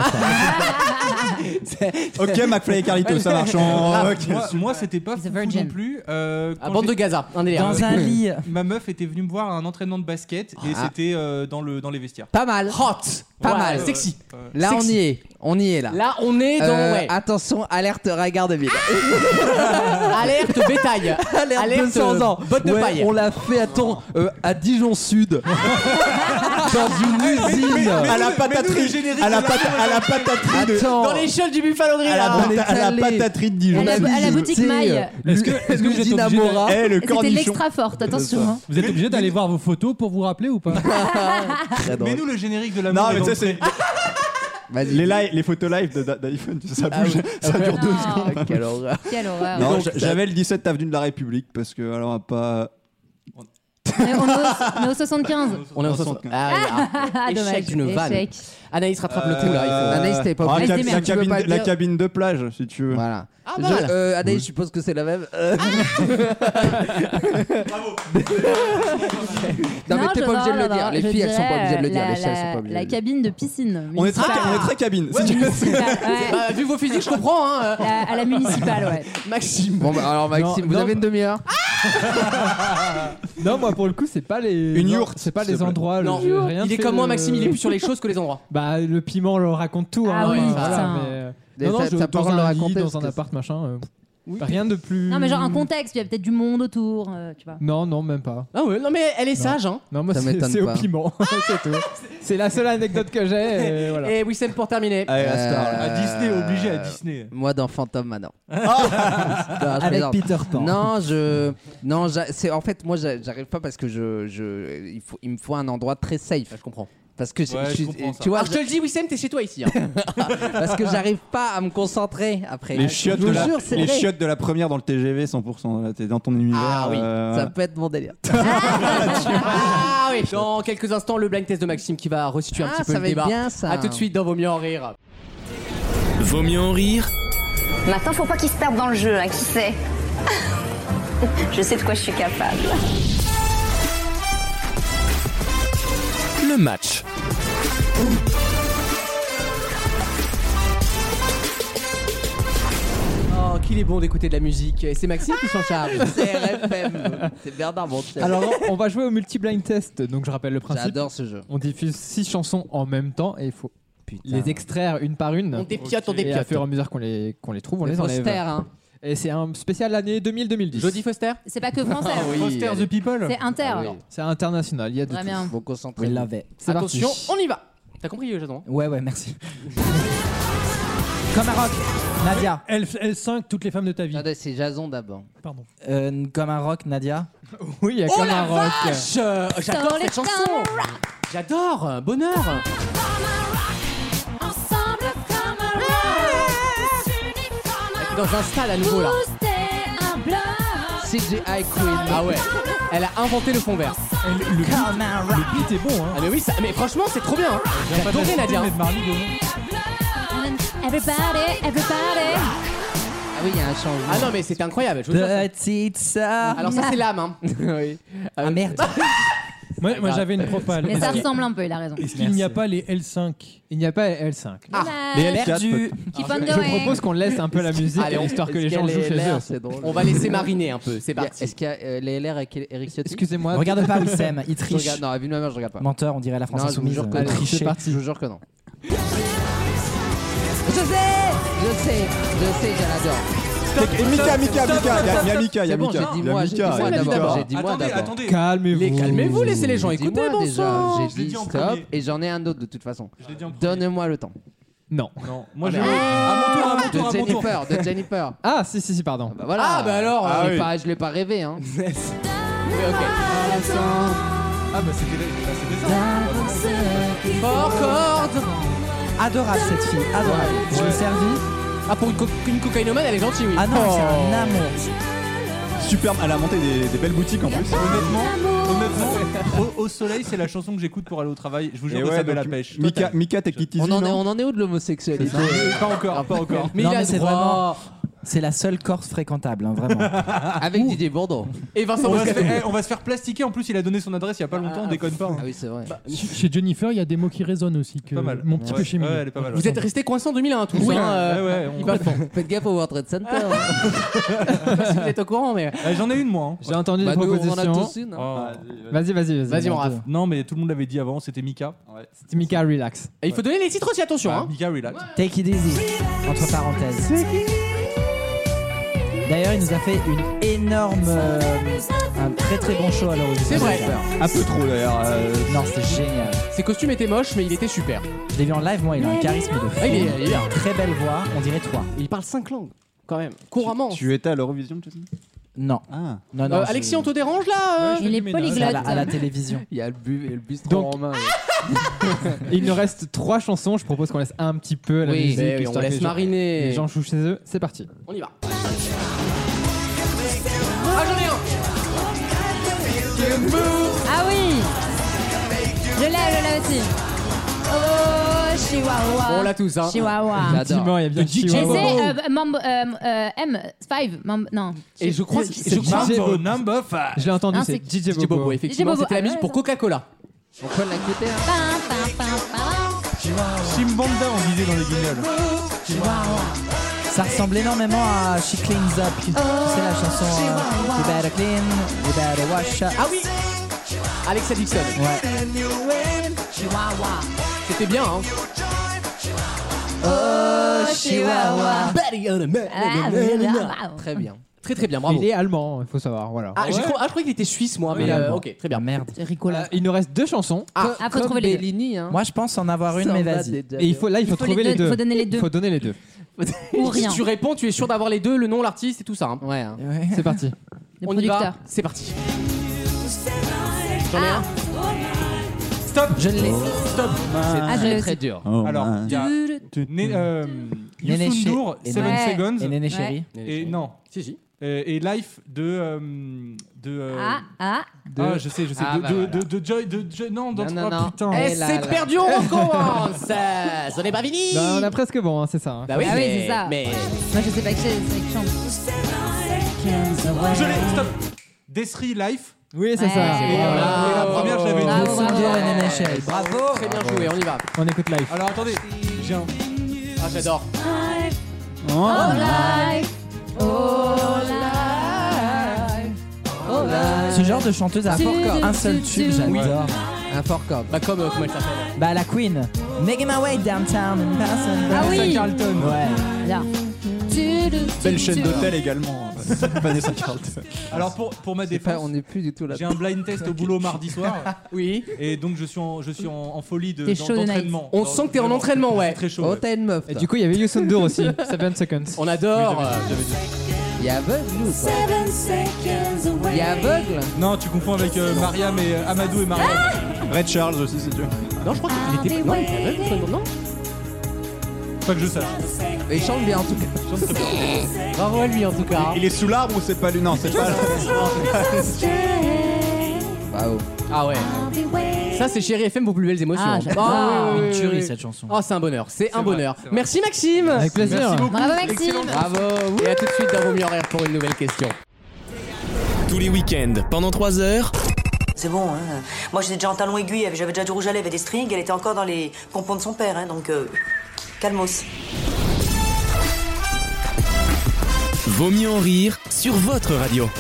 Ok, McFly et Carlito, ça marche. Moi, c'était pas The foufou Virgin. non plus. À Quand bande de j'ai- Gaza, un délire. Dans un lit. Ma meuf était venue me voir à un entraînement de basket et Ah. c'était dans les vestiaires. Pas mal. Hot. Pas Ouais, mal. Sexy. Là, on Sexy. y est. On y est là. Là, on est dans. Ouais. Attention, alerte regard de ville. Alerte bétail. Alerte 200 ans. Botte de Ouais, paille. on l'a fait à Dijon Sud. Dans une usine. À la pataterie. À la pataterie de. Attends. Dans l'échelle du Buffalo Grill. À la, là. On est à la allé. pataterie de Dijon. À la boutique C'est, Maille. Est-ce que vous êtes l'usine obligé de- Amora. Eh, le C'était cornichon. l'extra forte, attention. hein. Vous êtes obligé d'aller voir vos photos pour vous rappeler ou pas? Très drôle. Mais nous, le générique de la Non, mais tu sais, c'est Vas-y. les photos live d'iPhone, ça Ah bouge, oui. ça dure 2 Non. secondes. Ah, quelle horreur. Quelle horreur. Non, Donc, j'avais le 17 avenue de la République parce que alors on va pas. On est au 75. On est au 75. Ah, oui, Ah, échec dommage. d'une vanne. Échec. Anaïs rattrape le coup là. il faut- Anaïs, t'avais pas Ah, oublié. la Si tu veux pas la le dire. cabine de plage, si tu veux. Voilà. Ah, pas mal. Anaïs, je suppose que c'est la même. Non, mais t'es pas obligé de le dire. Les filles, elles sont pas obligées de le dire. Les filles, elles sont pas obligées. La cabine de piscine. On est très cabine. si tu veux. municipale. Ouais. Bah, vu vos physiques, je comprends. Hein. À la municipale, ouais. Maxime. Bon, bah, alors Maxime, Non, vous non. avez une demi-heure. Non, moi pour le coup, c'est pas les. Une non, yourte, C'est pas s'il les te plaît. endroits. Non, j'ai rien il est fait comme moi, de- Maxime. Il est plus sur les choses que les endroits. Bah, le piment le raconte tout. Ah hein, oui, voilà, putain. mais, Non, ça dans parle de un raconter. lit, dans un appart, machin. Rien de plus. Non, mais genre un contexte, il y a peut-être du monde autour, tu vois. Non, même pas. Ah ouais, non mais elle est sage, hein. Non, moi Ça m'étonne c'est au pas. piment, c'est tout. C'est la seule anecdote que j'ai. Et voilà. Et Wissem pour terminer. Allez, la star, là. À Disney, obligé à Disney. Moi dans Phantom Manor. Avec Peter Pan. Non, c'est en fait moi j'arrive pas parce que il me faut un endroit très safe. Je comprends. Parce que je comprends ça. tu vois, Alors, je te le dis, Wissem, t'es chez toi ici. Hein. parce que j'arrive pas à me concentrer après. Les chiottes, chiottes de la première dans le TGV 100%. Là, t'es dans ton univers. Ah oui, ça peut être mon délire. Ah oui. Dans quelques instants, le blind test de Maxime qui va resituer un petit peu ça le va être débat. bien, ça. À tout de suite dans Vaut mieux en rire. Vaut mieux en rire Maintenant, faut pas qu'il se perde dans le jeu, hein, qui sait. Je sais de quoi je suis capable. le match. Oh, qu'il est bon d'écouter de la musique. Et c'est Maxime qui s'en charge. C'est RFM. C'est Bernard Montiel. Alors, on va jouer au multi-blind test. Donc, je rappelle le principe. J'adore ce jeu. On diffuse 6 chansons en même temps et il faut les extraire une par une. On dépiote, on Et à dépiote. fur et à mesure qu'on les trouve, on les Foster, enlève. hein. Et c'est un spécial année 2000-2010. Jodie Foster. C'est pas que français. Foster the People. C'est inter. Ah oui. C'est international. Il y a de Très tout. bien. Faut concentrer. We love it. C'est Attention, parti. on y va. T'as compris, Jason? Ouais, merci. Comme un rock, Nadia. L5, toutes les femmes de ta vie. Attendez, c'est Jason d'abord. Pardon. Comme un rock, Nadia. Oui, il y a Oh comme la un rock. vache. J'adore cette chanson. J'adore. Bonheur. Dans un stade à nouveau là. CGI Queen. Ah ouais. Elle a inventé le fond vert. Le beat est bon, hein. Ah mais oui, mais franchement c'est trop bien. Hein. J'ai adoré Nadia. Everybody. Ah oui, il y a un changement. Ah non mais c'était incroyable. Je vous jure, ça. Petite sœur. Alors ça c'est l'âme. Hein. Oui. Ah merde. Moi j'avais une propale. Mais ça ressemble un peu, il a raison. Est-ce qu'il n'y a pas les L5? Il n'y a pas L5. Les L4. Keep on Je going. propose qu'on laisse un peu la musique Allez, histoire que Est-ce les qu'il y a gens jouent chez LR, eux. c'est drôle. On va laisser mariner un peu. C'est parti. Est-ce qu'il y a les LR avec Eric Ciotti? Excusez-moi. Regarde pas Wissem, il Je triche. regarde, non, à vue de ma mère, je regarde pas. Menteur, on dirait la France Non, je vous insoumise. jure que Allez, non. c'est parti. Je vous jure que non. Je sais, je l'adore. Et Mika, il y a Mika, C'est bon, j'ai dit moi d'abord. J'ai dit moi d'abord. Attendez. Calmez-vous. Calmez-vous, laissez les gens Dis-moi écouter. Bon déjà, sang. j'ai Je l'ai dit dit en stop premier. et j'en ai un autre de toute façon. Je l'ai dit en premier. Donne-moi le temps. Non. Non, moi j'ai. De À mon tour. Jennifer. Ah, si, pardon. Bah voilà. Ah bah alors. Je l'ai pas rêvé, hein. Oui, ok. Ah bah c'était ça. Fort corde. Adorable cette fille, adorable. Je l'ai servi. Ah pour une cocaïnomane elle est gentille oui. Ah non, c'est un amour. Superbe, elle a monté des belles boutiques en plus. Honnêtement, au soleil, c'est la chanson que j'écoute pour aller au travail. Je vous jure Et que ouais, ça met donc, la pêche. Mika, t'es Kitty. On en est où de l'homosexualité? Pas encore. Mais Non, il a mais le c'est droit. vraiment- C'est la seule Corse fréquentable, hein, vraiment. Avec Didier Bourdon. Et Vincent On va, se Boscawen. faire, on va se faire plastiquer. En plus, il a donné son adresse il y a pas longtemps. On déconne pas. Hein. Ah oui, c'est vrai. Chez Jennifer, il y a des mots qui résonnent aussi. Que Pas mal. Mon petit Ouais. péché mignon. Ouais, elle est pas mal. Vous êtes restés coincés en 2001 tous. Oui. Hein, Ouais, il parle fort. Faites gaffe au World Trade Center. Je sais pas si vous êtes au courant mais. J'en ai une moi. Hein. J'ai entendu Bah, des nous, on en a propositions. tous une. hein. Oh. Vas-y. Vas-y mon raf. Non, mais tout le monde l'avait dit avant. C'était Mika. C'était Mika, relax. Et il faut donner les titres aussi attention hein. Mika, relax. Take it easy, entre parenthèses. D'ailleurs, il nous a fait une énorme, un très très bon show à l'origine. C'est vrai. Un peu trop d'ailleurs. Non, c'était génial. Ses costumes étaient moches mais il était super. Je l'ai vu en live, moi, il a un charisme de fou. Ah, il est bien. Très belle voix, on dirait toi. Il parle 5 langues quand même couramment. Tu étais à l'Eurovision, Jason? Non. Ah. Non, Alexis on te dérange là Il est c'est polyglotte. à la télévision. Il y a le bistrot Donc- en main. Il nous reste 3 chansons. Je propose qu'on laisse un petit peu la Oui, musique. mais on histoire que laisse les gens- mariner. Les gens jouent chez eux. C'est parti. On y va. Ah j'en ai un. Ah oui. Je l'ai aussi. Oh, Chihuahua. Bon, on l'a tous hein. Chihuahua. Effectivement, il y a bien Et Chihuahua. c'est M5. Non. Et je crois que C'est Mambo number 5. Je l'ai entendu, Non, c'est c'est DJ DJ Bobo Bobo. effectivement DJ Bobo. c'était la Ah, musique pour ouais, Coca-Cola. On peut l'écouter. Hein. Chimbanda, on disait dans les guignols. Ça ressemble énormément à She Cleans Up. Tu sais la chanson You better clean, you better wash up. Ah oui. Alexa Dixon. Ouais. C'était bien hein. Oh, Chihuahua. Très bien. Très très bien, bravo. Il est allemand, il faut savoir. Voilà. Ah, je croyais qu'il était suisse, moi. Mais ok, très bien. Merde. Ricola. Il nous reste 2 chansons. Faut trouver les deux. Bellini, hein. Moi, je pense en avoir une, mais vas-y. Et il faut trouver les deux. Faut donner les deux. Il faut donner les deux. Ou rien. Si tu réponds, tu es sûr d'avoir les deux, le nom, l'artiste et tout ça. Hein. Ouais. Hein. C'est parti. Le On y va. producteur. C'est parti. J'en ai un. Stop. Je l'ai. Stop. Ah, je Très dur. Alors, il y a Néné Youssou N'Dour, Chéri. 7 Ouais. Seconds. Et Néné Chéri. Et non. Si. Et Life de. Je sais. Ah, bah de Joy. Non, Non, oh non. putain. Eh, c'est perdu, on recommence. Ce n'est pas fini. Bah, on a presque bon, hein, c'est ça. Hein. Bah oui, Ah oui, mais, c'est ça. mais Moi, je sais pas qui c'est qui chante. Je l'ai, stop. Desri Life. Oui, c'est Ouais. ça. C'est Et la première, je l'avais Bravo, dit. bravo. Youssou N'Dour et Néné Chéri. bravo, très bien joué, on y va. On écoute live. Alors attendez, j'ai un. Ah, j'adore. Ce genre de chanteuse a un seul tube, j'adore. Un fort corps. Bah comme comment elle s'appelle. Bah, la Queen. Making my way downtown in person. Ah oui. Carlton. Ouais. Là. Belle chaîne d'hôtel également. Vanessa Carlton. Alors pour ma C'est pas- défense, on n'est plus du tout là. j'ai un blind test au boulot mardi soir. Oui. Et donc je suis en folie T'es chaud de d'entraînement. On sent que t'es en entraînement, ouais. C'est très chaud. Oh, ouais. t'as une meuf. Et toi. du coup, il y avait Youssou N'Dour aussi. 7 seconds. On adore. Il y a aveugle ou quoi Il y a aveugle. Non, tu confonds avec Mariam et Amadou et Mariam. Red Charles aussi, si tu veux. Non, je crois qu'il était. Non, il était aveugle, Youssou N'Dour, non. Pas que je sache. Mais il chante bien en tout cas. Bravo à lui en tout cas. Il est sous l'arbre ou c'est pas lui? Non, c'est pas. Bravo. Ah ouais. Ça c'est Chéri FM, vos plus belles émotions. Ah, j'adore. Ah, oui, Une oui, tuerie, oui. cette chanson. Oh, c'est un bonheur, c'est un vrai, bonheur. c'est vrai. Merci Maxime. Avec plaisir. Merci beaucoup. Bravo, Maxime. Excellent. Bravo. Et à tout de suite dans Vaut mieux en rire pour une nouvelle question. Tous les week-ends, pendant 3 heures. C'est bon, hein. Moi j'étais déjà en talon aiguille, j'avais déjà du rouge à lèvres et des strings, elle était encore dans les pompons de son père, hein, donc calmos. Vaut mieux en rire sur votre radio.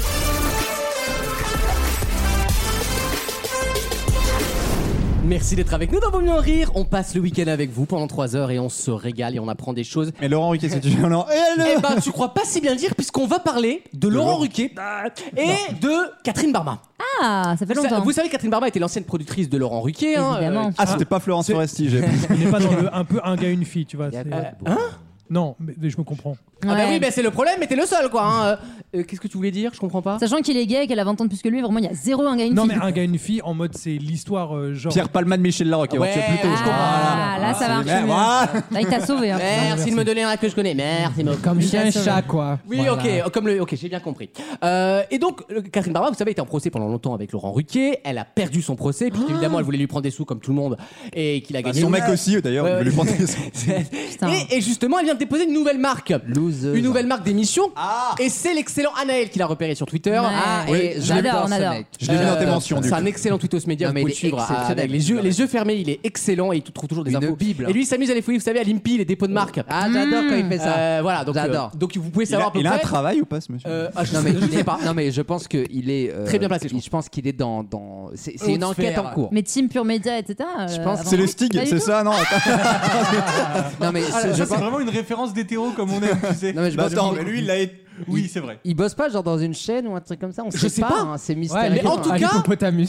Merci d'être avec nous dans Vaut mieux en rire. On passe le week-end avec vous pendant 3 heures et on se régale et on apprend des choses. Et Laurent Ruquier, c'est tu veux Laurent. Eh ben, tu crois pas si bien le dire puisqu'on va parler de Laurent Ruquier et de Catherine Barma. Ah, ça fait longtemps. Vous savez, Catherine Barma était l'ancienne productrice de Laurent Ruquier. hein, Évidemment. Ah, c'était pas Florence Foresti. On n'est pas dans le un peu un gars, une fille, tu vois. c'est- Hein Non, mais je me comprends. Ah bah Ouais. oui, bah c'est le problème, mais t'es le seul quoi. Hein. Qu'est-ce que tu voulais dire? Je comprends pas. Sachant qu'il est gay et qu'elle a 20 ans de plus que lui, vraiment, il y a zéro un gars, une Non, fille. mais un gars, une fille, en mode c'est l'histoire genre. Pierre Palmade, Michel Larocque. Ouais, tu vois, plutôt. je comprends. Ah, là, ça marche mieux. Voilà. Là, il t'a sauvé. Hein. Merci de me donner un que je connais. Merci. Comme chien et ça, chat, quoi. Oui, Voilà. ok, comme le, ok, j'ai bien compris. Et donc, Catherine Barma, vous savez, était en procès pendant longtemps avec Laurent Ruquier. Elle a perdu son procès, puis évidemment, elle voulait lui prendre des sous comme tout le monde, et qu'il a gagné. Son mec aussi, d'ailleurs, Ouais, il veut lui prendre des sous. Putain. Et justement, elle vient de déposer une nouvelle marque. Loseuse. Une nouvelle marque d'émission. Et c'est l'excellent Anaël qui l'a repéré sur Twitter. Ouais. Ah, Oui, et j'adore, j'adore on ce adore. mec. Je l'ai vu dans tes mentions, du C'est coup. un excellent tweetos média, Non, vous mais pouvez il le est suivre exceptionnel. avec les yeux fermés, il est excellent et il trouve toujours des Une infos. bible. Et lui, il s'amuse à les fouiller, vous savez, à l'IMPI, les dépôts de marque. Ah, j'adore quand il fait ça. Voilà, donc, J'adore. donc vous pouvez Il savoir a, à peu il a un près. travail ou pas, ce monsieur Non mais, je sais pas. non mais je pense qu'il est Très bien placé, je pense. Je pense qu'il est dans c'est Haute une enquête sphère. en cours. Mais Team Pure Media, etc. Je pense avant- C'est le Stig, Pas du c'est tout. ça, non attends. Non mais Ah, je ça, c'est pense vraiment une référence d'hétéro comme on aime, tu sais. non mais je Bah pense attends, qu'il- mais lui, il l'a été. Oui, c'est vrai. il bosse pas genre dans une chaîne ou un truc comme ça, on Je sait sais pas. hein, c'est Ouais, mystérieux. mais en tout cas- l'hippopotamus.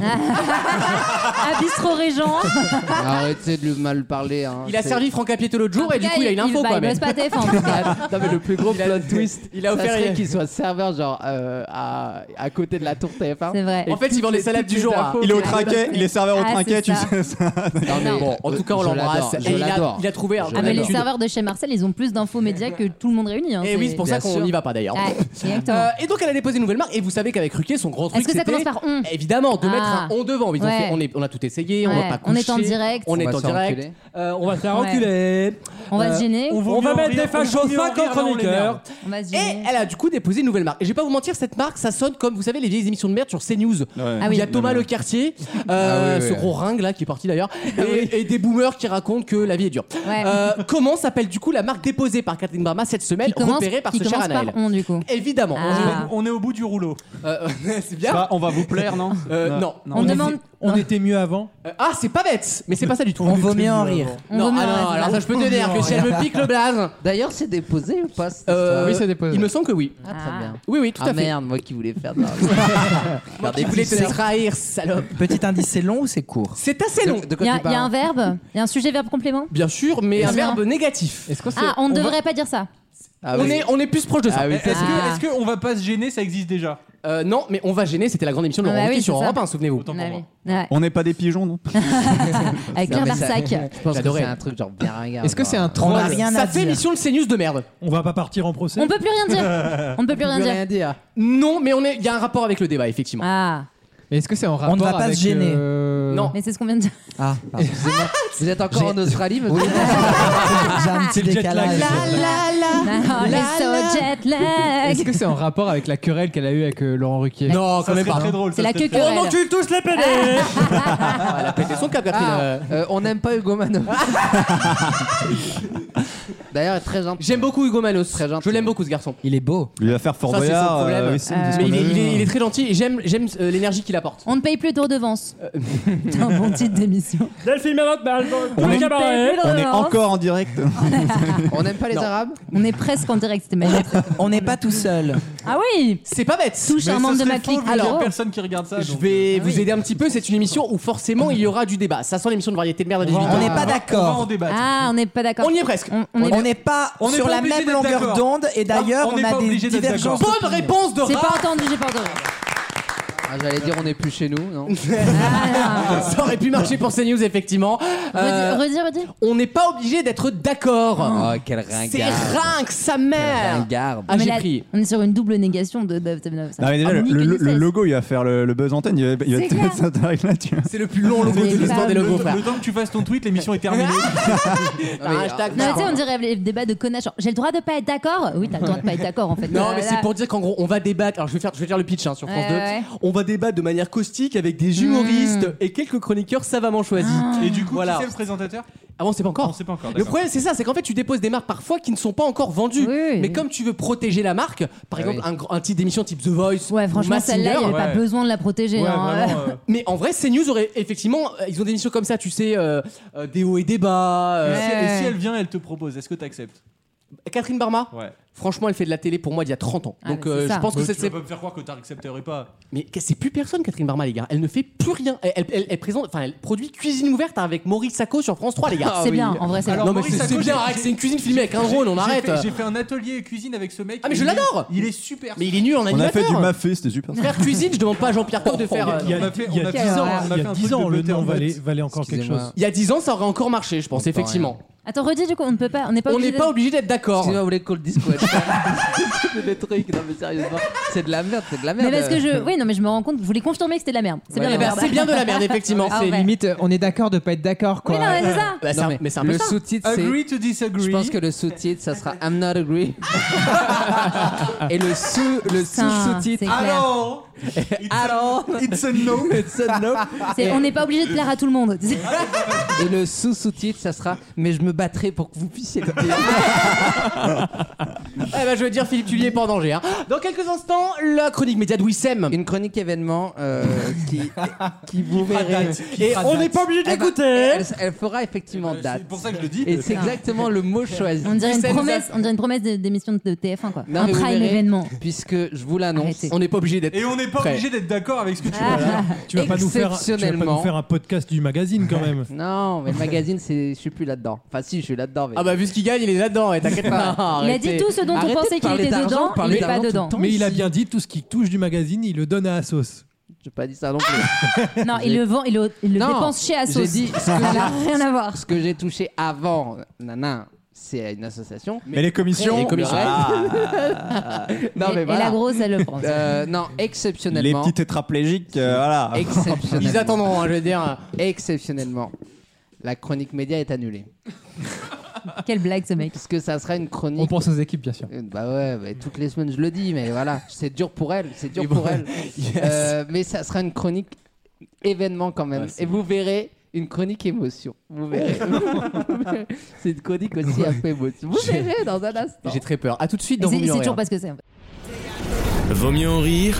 Ah, Bistro Régent. Arrêtez de lui mal parler hein, Il a c'est- servi Franck Capieto l'autre jour et du coup il a une info bah, quoi. il mais- bosse pas à TF1 en tout cas. Non mais le plus gros plot twist, il a ça offert serait qu'il soit serveur genre à côté de la tour TF1. C'est vrai. En fait, il vend les salades du jour. hein. Il est au trinquet, il est serveur au Ah, trinquet, c'est tu ça. sais ça. Non, mais Bon, en tout cas, on je l'embrasse. l'adore, Et je l'adore. il a trouvé un. Je Ah, mais les d'habitude. serveurs de chez Marcel, ils ont plus d'infos médias que tout le monde réuni. Hein, Et oui, c'est pour ça Bien qu'on sûr. n'y va pas d'ailleurs. Ouais, exactement. Et donc elle a déposé une nouvelle marque et vous savez qu'avec Ruquier son gros truc Est-ce que ça c'était commence par on évidemment de Ah. mettre un on devant. Ils ont Ouais. fait, on a tout essayé, on Ouais. va pas On coucher. est en direct. On est On va en se direct. reculer. On va se faire Ouais. reculer. On va se gêner. On va mettre des fachos 5 en chroniqueur. On va se Et gêner. elle a du coup déposé une nouvelle marque. Et je vais pas vous mentir, cette marque, ça sonne comme vous savez les vieilles émissions de merde sur CNews. Ah Il y a oui. Thomas Lecartier, oui, oui. ce gros ringue là qui est parti d'ailleurs, et des boomers qui racontent que la vie est dure. Ouais. Comment s'appelle du coup la marque déposée par Catherine Barma cette semaine, Qui commence- repérée par qui ce cher commence Anaël? mail. on du coup. Évidemment. On est au bout du rouleau. C'est bien. Bah, on va vous plaire, non Non. On demande. On était mieux avant. C'est pas bête, mais c'est pas ça du tout. On vaut mieux en rire. Non, alors ça je peux te dire que si elle me pique le blaze. D'ailleurs, c'est déposé ou pas Oui, c'est déposé. Il me semble que oui. Ah, très bien. Oui, tout à fait. Merde, moi qui voulais faire de Moi qui voulais te trahir, salope. Petit indice, c'est long ou c'est court? C'est assez long. Il y a un verbe, il y a un sujet-verbe complément. Bien sûr, mais un verbe négatif. Est-ce que c'est On ne devrait pas dire ça. On est plus proche de ça. Est-ce qu'on va pas se gêner? Ça existe déjà. Non, mais on va gêner. C'était la grande émission de Laurent Ruquier sur Europe 1, souvenez-vous. Autant pour moi. Ouais. On n'est pas des pigeons, non? Avec Claire Darsac. Je pense que J'adorais. c'est un truc genre bien ringard. Est-ce que c'est un On troll n'a rien Ça à fait dire. émission de CNews de merde. On va pas partir en procès. On peut plus rien dire. On ne peut plus rien dire. Non, mais il y a un rapport avec le débat, effectivement. Ah. Mais est-ce que c'est en rapport On ne va pas avec, se gêner. Non. Mais c'est ce qu'on vient de dire. Ah, pardon. Vous êtes encore en Australie, monsieur? J'ai un petit C'est le jet décalage. lag. Jet lag. Est-ce que c'est en rapport avec la querelle qu'elle a eue avec Laurent Ruquier? Non, Ça quand même serait pas. très drôle. C'est la queue On querelle. encule tous les PD. Elle a pété son cap, Catherine. On n'aime pas Hugo Manos. D'ailleurs, il est très gentil. J'aime beaucoup Hugo Manos. Très gentil. Je l'aime beaucoup, ce garçon. Il est beau. Il va faire Fort Ça, c'est son Boyard. problème. oui, c'est Mais ce qu'on a vu. il est très gentil et j'aime l'énergie qu'il apporte. On ne paye plus de redevance. C'est un bon titre d'émission. Delphine Marotte, On est encore en direct. On n'aime pas les Arabes? On est presque en direct, c'était magnifique. On n'est pas tout seul. Ah oui. C'est pas bête. Touche un membre de ma clique. Alors, vidéo. personne qui regarde ça. Je donc, vais vous aider un petit peu. C'est une émission où forcément il y aura du débat. Ça sent l'émission de variété de merde à 18 On ans. n'est pas on va en d'accord. débattre. Ah, on n'est pas d'accord. On y est presque. On n'est pas On n'est sur pas la obligé même d'être longueur d'accord. d'onde et d'ailleurs On on n'est a pas des obligé d'être divergences. d'accord. Bonne réponse de J'ai pas Raph. entendu, j'ai pas entendu. J'allais dire, on n'est plus chez nous, non? Ça aurait pu marcher pour CNews, effectivement. Redis. On n'est pas obligé d'être d'accord. Oh, quel ringard. C'est ringue, sa mère. Ringard. Ah, Mais j'ai là, pris. on est sur une double négation de. Non, mais déjà, le logo, il va faire le buzz antenne. Il va C'est te mettre ça direct là-dessus. C'est le plus long logo de C'est l'histoire des logos, Le frère. temps que tu fasses ton tweet, l'émission est terminée. Un hashtag. Non, tu sais, on dirait les débats de connasse. Genre, j'ai le droit de pas être d'accord. Oui, t'as le droit de pas être d'accord en fait. Non, mais Là, c'est pour dire qu'en gros, on va débattre. Alors, je vais faire le pitch sur France 2. Ouais. On va débattre de manière caustique avec des humoristes et quelques chroniqueurs savamment choisis. Et du coup, Voilà. qui c'est le présentateur? Ah bon, c'est pas encore. On sait pas encore. Le d'accord. problème, c'est ça, c'est qu'en fait, tu déposes des marques parfois qui ne sont pas encore vendues. Oui. Mais comme tu veux protéger la marque, par exemple, un titre d'émission type The Voice, Ouais, ou franchement, Mask celle-là, il n'y Singer. avait pas Ouais. besoin de la protéger. Ouais, hein. vraiment. Mais en vrai, CNews aurait effectivement, ils ont des émissions comme ça, tu sais, des hauts et des bas. Et si elle vient, elle te propose, est-ce que tu acceptes? Catherine Barma, Ouais. franchement, elle fait de la télé pour moi d'il y a 30 ans. Ah, Donc mais c'est ça. je pense que Tu c'est. vas pas me faire croire que t'accepterais pas. Mais c'est plus personne, Catherine Barma, les gars. Elle ne fait plus rien. Elle présente, enfin, elle produit Cuisine ouverte avec Maurice Sacco sur France 3, les gars. C'est bien, en vrai, c'est Alors, bien. Non, mais Maurice c'est Sacco, bien, j'ai- arrête, c'est une cuisine filmée avec un drone, on arrête. J'ai fait un atelier cuisine avec ce mec. Ah, mais et je l'adore. Il est super. Mais il est nul en On a animateur. fait du mafé, c'était super. Faire cuisine, je demande pas à Jean-Pierre Coq de faire. Il y a on a fait 10 ans, on a fait un truc de le nom butter valait encore quelque Excusez-moi. chose. Il y a 10 ans, ça aurait encore marché, je pense, effectivement. Attends, redis du coup, on ne peut pas. On n'est pas On obligé n'est pas obligé d'être d'accord. Excusez-moi, vous voulez qu'on le dise quoi? C'est des trucs, non mais sérieusement. C'est de la merde, c'est de la merde. Mais parce que je. Oui, non, mais je me rends compte. Je voulais confirmer que c'était de la merde. C'est bien Ouais, de la merde. C'est bien de la merde, effectivement. Ah, C'est ouais. limite, on est d'accord de pas être d'accord, quoi. Oui, non, mais c'est ça. Bah, c'est Non, un- mais c'est un peu le ça. sous-titre, c'est. Agree to disagree. Je pense que le sous-titre, ça sera I'm not agree. Et le Putain, sous-titre. c'est clair. Alors, Alors, it's a no. On n'est pas obligé de plaire à tout le monde. et le sous-sous-titre, ça sera mais je me battrai pour que vous puissiez le dire. Eh ben, je veux dire, Philippe Tullier est pas en danger. Hein. Dans quelques instants, la chronique média de Wissem. Une chronique événement qui vous verrez. Et on n'est pas obligé Eh ben, d'écouter. elle fera effectivement date. C'est pour ça que je le dis. Et c'est exactement le mot choisi. On dirait Wissem, une promesse d'émission de TF1, quoi. Non, Un mais vous prime verrez, événement. Puisque je vous l'annonce, Arrêtez. On n'est pas obligé d'être. Et on n'est pas prêt. obligé d'être d'accord avec ce que tu Ah. vois. Tu vas pas nous faire Exceptionnellement. un podcast du magazine quand même. non, mais le magazine, je suis plus là-dedans. Enfin, si, je suis là-dedans. Mais... Ah bah vu ce qu'il gagne, il est là-dedans. Ouais, t'inquiète pas. Il a dit tout ce dont Arrêtez on pensait de qu'il parler était d'argent, dedans, il parlez n'est pas d'argent tout le dedans. temps. Mais il a ici. bien dit tout ce qui touche du magazine, il le donne à Asos. J'ai pas dit ça non plus. Non, il le vend, il le Non, dépense chez Asos. j'ai dit ce que Ça n'a rien à voir. Ce que j'ai touché avant, nana, c'est une association. Mais les commissions. Les commissions. Non, mais Et voilà. la grosse, elle le prend. Non, Les exceptionnellement. petits tétraplégiques, voilà. Exceptionnellement. Ils attendront, hein, je veux dire. Exceptionnellement. La chronique média est annulée. Quelle blague ce mec. Parce que ça sera une chronique. On pense aux équipes, bien sûr. Bah ouais, bah, toutes les semaines je le dis, mais voilà, c'est dur pour elle, mais ça sera une chronique événement quand même. Ouais, c'est et vous verrez, une chronique émotion. Vous verrez. C'est une chronique aussi un peu émotion. Vous verrez dans un instant. J'ai très peur. À tout de suite dans Vaut mieux en rire. C'est toujours parce que c'est. Vaut mieux en rire.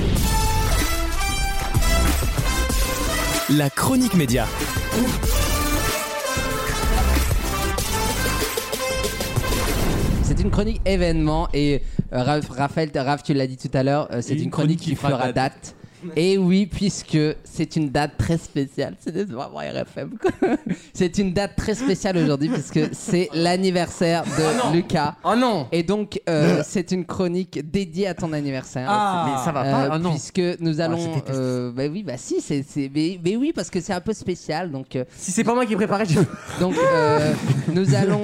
La chronique média. C'est une chronique événement et Raphaël, tu l'as dit tout à l'heure, c'est une chronique qui fera date. Et oui, puisque c'est une date très spéciale. C'est vraiment RFM. C'est une date très spéciale aujourd'hui puisque c'est l'anniversaire de Lucas. Oh non. Et donc, c'est une chronique dédiée à ton anniversaire. Mais ça va pas. Oh non. Puisque nous allons. Bah oui, bah si, mais oui, parce que c'est un peu spécial. Donc, si c'est pas moi qui ai préparé, donc nous allons.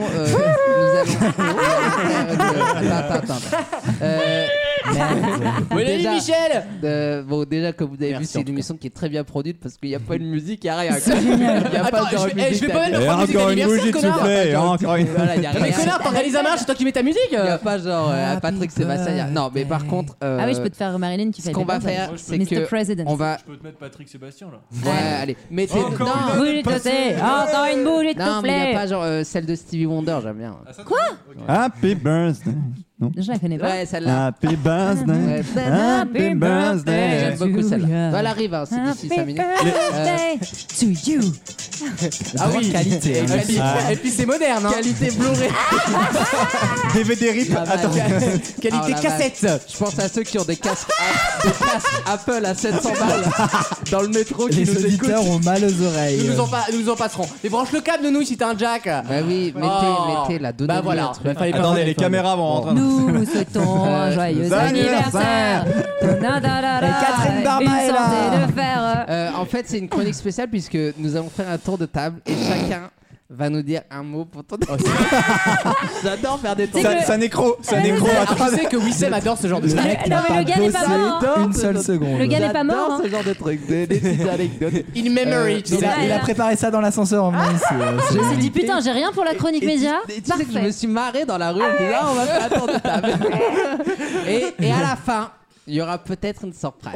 Attends. Déjà, Michel. Bon, déjà, comme vous avez vu, c'est une émission qui est très bien produite parce qu'il n'y a pas une musique, il n'y a rien. C'est génial. Il n'y a pas de musique. Je vais pas mettre ma musique d'anniversaire, connard. Mais connard, t'organises un match, c'est toi qui mets ta musique. Il n'y a pas genre Patrick Sébastien. Non, mais par contre. Ah oui, je peux te faire Marilyn qui fait. Ce qu'on va faire, c'est que. On va. Je peux te mettre Patrick Sébastien là. Ouais, allez. Mais c'est. Encore une boule, non, mais il n'y a pas genre celle de Stevie Wonder, j'aime bien. Quoi? Happy birthday. Non. Je la connais pas. Ouais, celle-là. Happy birthday. Happy birthday. J'aime beaucoup celle-là. Elle arrive, hein, c'est d'ici 5 minutes. To you. Ah oui, qualité. Et puis c'est moderne, hein. Qualité Blu-ray. DVD RIP. Attends. Qualité cassette. Je pense à ceux qui ont des casques Apple à 700 balles dans le métro qui Les nous auditeurs écoutent. ont mal aux oreilles. Nous nous en passerons. Mais branche le câble de nous si t'as un jack. Bah oui, mettez la donnée. Bah voilà. Attendez, les caméras vont rentrer. Nous souhaitons un joyeux anniversaire. Catherine Barma est là. En fait, c'est une chronique spéciale puisque nous allons faire un tour de table et chacun va nous dire un mot pour ton. J'adore faire des tours. Ça nécro. Tu sais que Wissem adore ce genre de truc. Non, mais le gars n'est pas mort. Une seule seconde. Le gars n'est pas mort. J'adore ce genre de truc, des petites anecdotes. In memory. Il a préparé ça dans l'ascenseur en venant ici. Je me suis dit putain, j'ai rien pour la chronique média. Tu sais que je me suis marré dans la rue en disant on va faire un tour de table. Et à la fin, il y aura peut-être une surprise.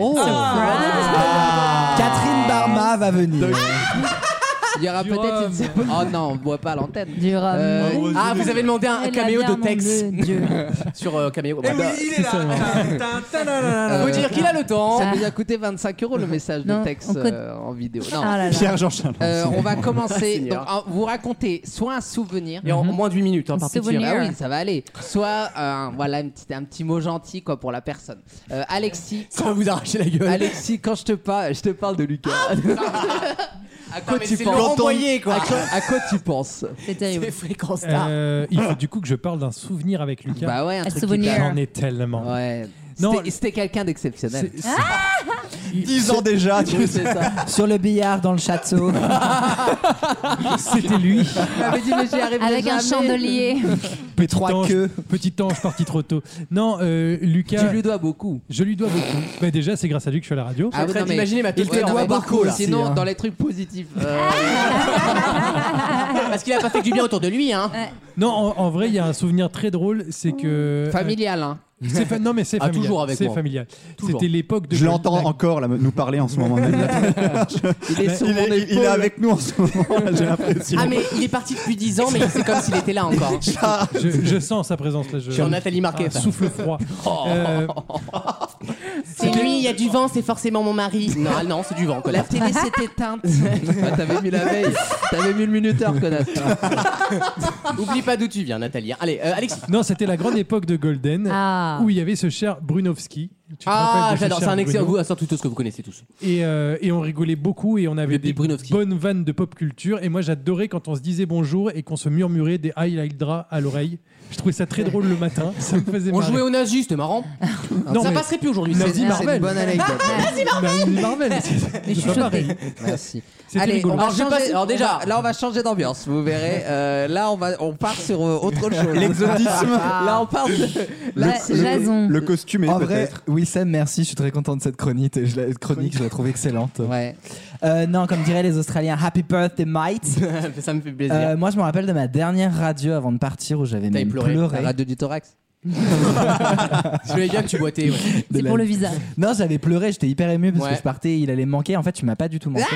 Catherine Barma va venir. Il y aura peut-être une surprise. Oh non, on ne boit pas à l'antenne. Du rhum. Vous avez demandé un caméo de Tex sur Caméo. Eh oui, il est là. Faut dire qu'il a le temps. Ça nous a coûté 25 € le message de Tex en vidéo. Non. Pierre Jean-Charles. On va commencer. Donc, vous racontez soit un souvenir. Et en moins de 8 minutes, par pitié. Ah oui, ça va aller. Soit voilà, un petit mot gentil quoi, pour la personne. Alexis. Ça va vous arracher la gueule. Alexis, quand je te parle de Lucas. À quoi tu penses À quoi tu penses? C'est terrible. C'est Fréquence Star. Il faut du coup que je parle d'un souvenir avec Lucas. Bah ouais, un truc souvenir. J'en ai tellement. Ouais. Non, C'était quelqu'un d'exceptionnel. 10 ans déjà, tu sais ça. Sur le billard dans le château. C'était lui. Avec un chandelier. Petit ange parti trop tôt. Non, Lucas. Tu lui dois beaucoup. Je lui dois beaucoup. Bah déjà, c'est grâce à lui que je suis à la radio. Ah, oui, imaginez ma petite en barco là. Sinon, dans les trucs positifs. Parce qu'il a pas fait du bien autour de lui, hein. Non, en vrai, il y a un souvenir très drôle, c'est que. Familial, hein. Non mais c'est familial. Toujours avec moi. C'est familial. Toujours. C'était l'époque de. Je l'entends encore là, nous parler en ce moment même. Il est sur mon épaule. Il est avec nous en ce moment, là, j'ai l'impression. Ah mais il est parti depuis 10 ans, mais c'est comme s'il était là encore. Je sens sa présence là. Sur Nathalie Marquet. Un souffle froid. C'est lui, il y a du vent, c'est forcément mon mari. Non, c'est du vent. La télé s'est éteinte. T'avais mis la veille. T'avais mis le minuteur, connasse. Oublie pas d'où tu viens, Nathalie. Allez, Alexis. Non, c'était la grande époque de Golden. Où il y avait ce cher Brunowski. J'adore, c'est un excellent goût, tout ce que vous connaissez tous. Et on rigolait beaucoup et on avait des bonnes vannes de pop culture. Et moi, j'adorais quand on se disait bonjour et qu'on se murmurait des Heil Hydra à l'oreille. Je trouvais ça très drôle le matin. Ça me faisait marrer. On jouait au Nazi, c'était marrant. Non, ça passerait plus aujourd'hui. Nazi Marvel. C'est une bonne anecdote. Nazi Marvel. Mais je suis choquée. Merci. Allez, rigolo. Alors déjà, là on va changer d'ambiance, vous verrez. Là on part sur autre chose. L'exotisme. Là on part de Jason. Le costume est En vrai, peut-être. Wissem, merci, je suis très content de cette chronique. Je la trouve excellente. Ouais. Non, comme diraient les Australiens, Happy Birthday, mate. ça me fait plaisir. Moi, je me rappelle de ma dernière radio avant de partir où j'avais même pleuré. La radio du thorax. Je voulais bien que tu boitais. Ouais. C'est pour le visa. Non, j'avais pleuré, j'étais hyper ému parce Ouais. que je partais, il allait me manquer. En fait, tu m'as pas du tout manqué.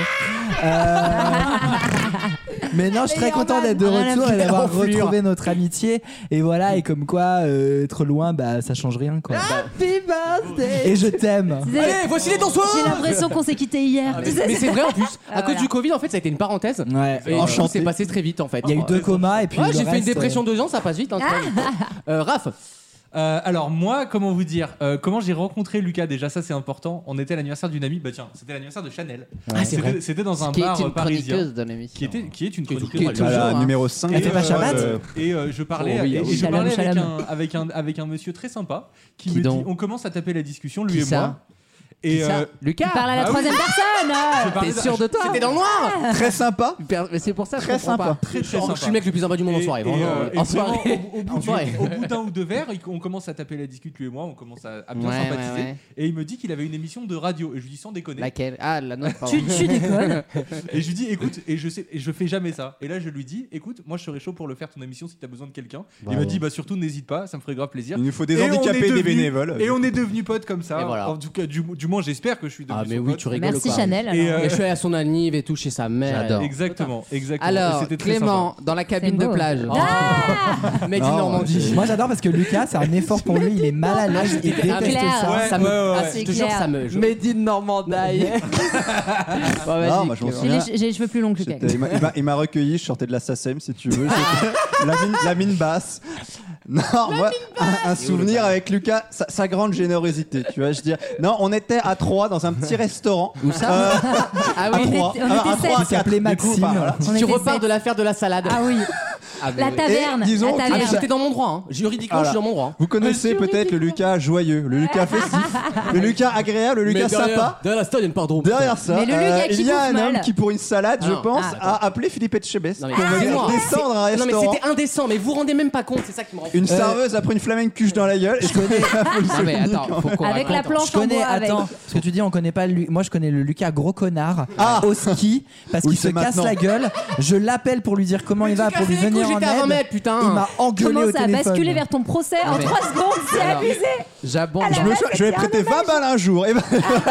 Mais non, je suis très content d'être de retour et d'avoir retrouvé notre amitié. Et voilà, et comme quoi, être loin, bah ça change rien quoi. Happy birthday. Et je t'aime. Allez, voici les danseurs. J'ai l'impression qu'on s'est quitté hier. Mais c'est vrai en plus. À cause du Covid, en fait, ça a été une parenthèse. Ouais. Et enchanté. C'est passé très vite en fait. Il y a eu 2 comas et puis. Ouais, le j'ai fait une reste, dépression 2 ans, ça passe vite. Hein, Raph. Alors moi, comment vous dire, comment j'ai rencontré Lucas déjà, ça c'est important. On était à l'anniversaire d'une amie, bah tiens, c'était l'anniversaire de Chanel. Ah, c'est vrai. C'était dans un Qui bar est une parisien. chroniqueuse de l'émission. Qui est une chroniqueuse. Qui est toujours, La hein. numéro 5. Elle fait pas Shabbat Et je parlais, Oh oui, et oui. je parlais Shalom. avec un monsieur très sympa qui Qui me dit, donc on commence à taper la discussion, lui Qui et ça moi. Et Lucas. Parle à la Ah oui. troisième personne. T'es sûr de toi? C'était dans le noir. Très sympa. Mais c'est pour ça que je Très comprends sympa. pas. très Je sympa. suis le mec le plus sympa du monde en soirée. Vraiment. Et En vraiment, soirée. au En soirée. bout d'un ou deux verres, on commence à taper la discute, lui et moi, on commence à bien Ouais, sympathiser. ouais, ouais. Et il me dit qu'il avait une émission de radio. Et je lui dis sans déconner. Laquelle? Ah, la nôtre, pardon. Tu déconnes. Et je lui dis écoute, et je fais jamais ça. Et là je lui dis écoute, moi je serais chaud pour le faire ton émission si t'as besoin de quelqu'un. Il m'a dit bah surtout n'hésite pas, ça me ferait grave plaisir. Il nous faut des Et on handicapés, est des devenus- bénévoles. Et on est devenus potes comme ça. Et voilà. En tout cas, du moins j'espère que je suis devenu Ah mais son oui, pote. tu rigoles. Merci quoi. Chanel. Et, alors. Et je suis allé à son anniv et tout chez sa mère. J'adore. Exactement. Et Alors, c'était très Clément, dans la cabine C'est de beau. plage. Mec du Non, Normandie. Moi j'adore parce que Lucas, c'est un effort pour lui, il est mal à l'aise, il Ah, déteste clair. ça. Ouais, Ça me. ouais, ouais. Ah, C'est je te jure, clair. ça me. Made in Normandie. Bon, vas-y, Non, moi, je m'en Clément. souviens. J'ai les cheveux plus longs que Lucas. Il m'a recueilli, je sortais de la SACEM si tu veux. J'étais- la mine basse. Non, moi, un souvenir avec Lucas, sa grande générosité, tu vois, je veux dire. Non, on était à 3 dans un petit restaurant. Où ça? Ah À oui, 3. on était sept. Il s'appelait Maxime. On Tu était repars sept. de l'affaire de la salade. Ah oui, Ah, mais la oui. taverne. Et disons la que- Ah, mais taverne. j'étais dans mon droit. Hein. Juridiquement, je suis dans mon droit. Vous connaissez peut-être le Lucas joyeux, le Lucas festif, le Lucas agréable, le Lucas sympa. Derrière la stade, il y a une pardon. Derrière ça, Mais le Lucas qui il y a bouffe un mal. homme qui, pour une salade, Ah je non. pense, Ah, a appelé Philippe Etchebest Non, mais pour excusez-moi. venir descendre un Non mais restaurant. c'était indécent, mais vous vous rendez même pas compte, c'est ça qui me rend fou. Une serveuse a pris une flamencuche dans la gueule. Et Non, mais attends, faut qu'on Avec la raconte. planche Je en connais, bois avec. attends, parce que tu dis on connaît pas moi je connais le Lucas gros connard Ah. au ski parce Oui, qu'il se c'est casse maintenant. la gueule. Je l'appelle pour lui dire comment il va pour lui venir en J'étais à 20 aide. mètres, putain. Il m'a engueulé Comment au ça a téléphone. basculé vers ton procès en mais- 3 secondes? C'est Alors, abusé. J'abonde. À la base, Je vais c'était un prêter 20 balles un jour. Et ben,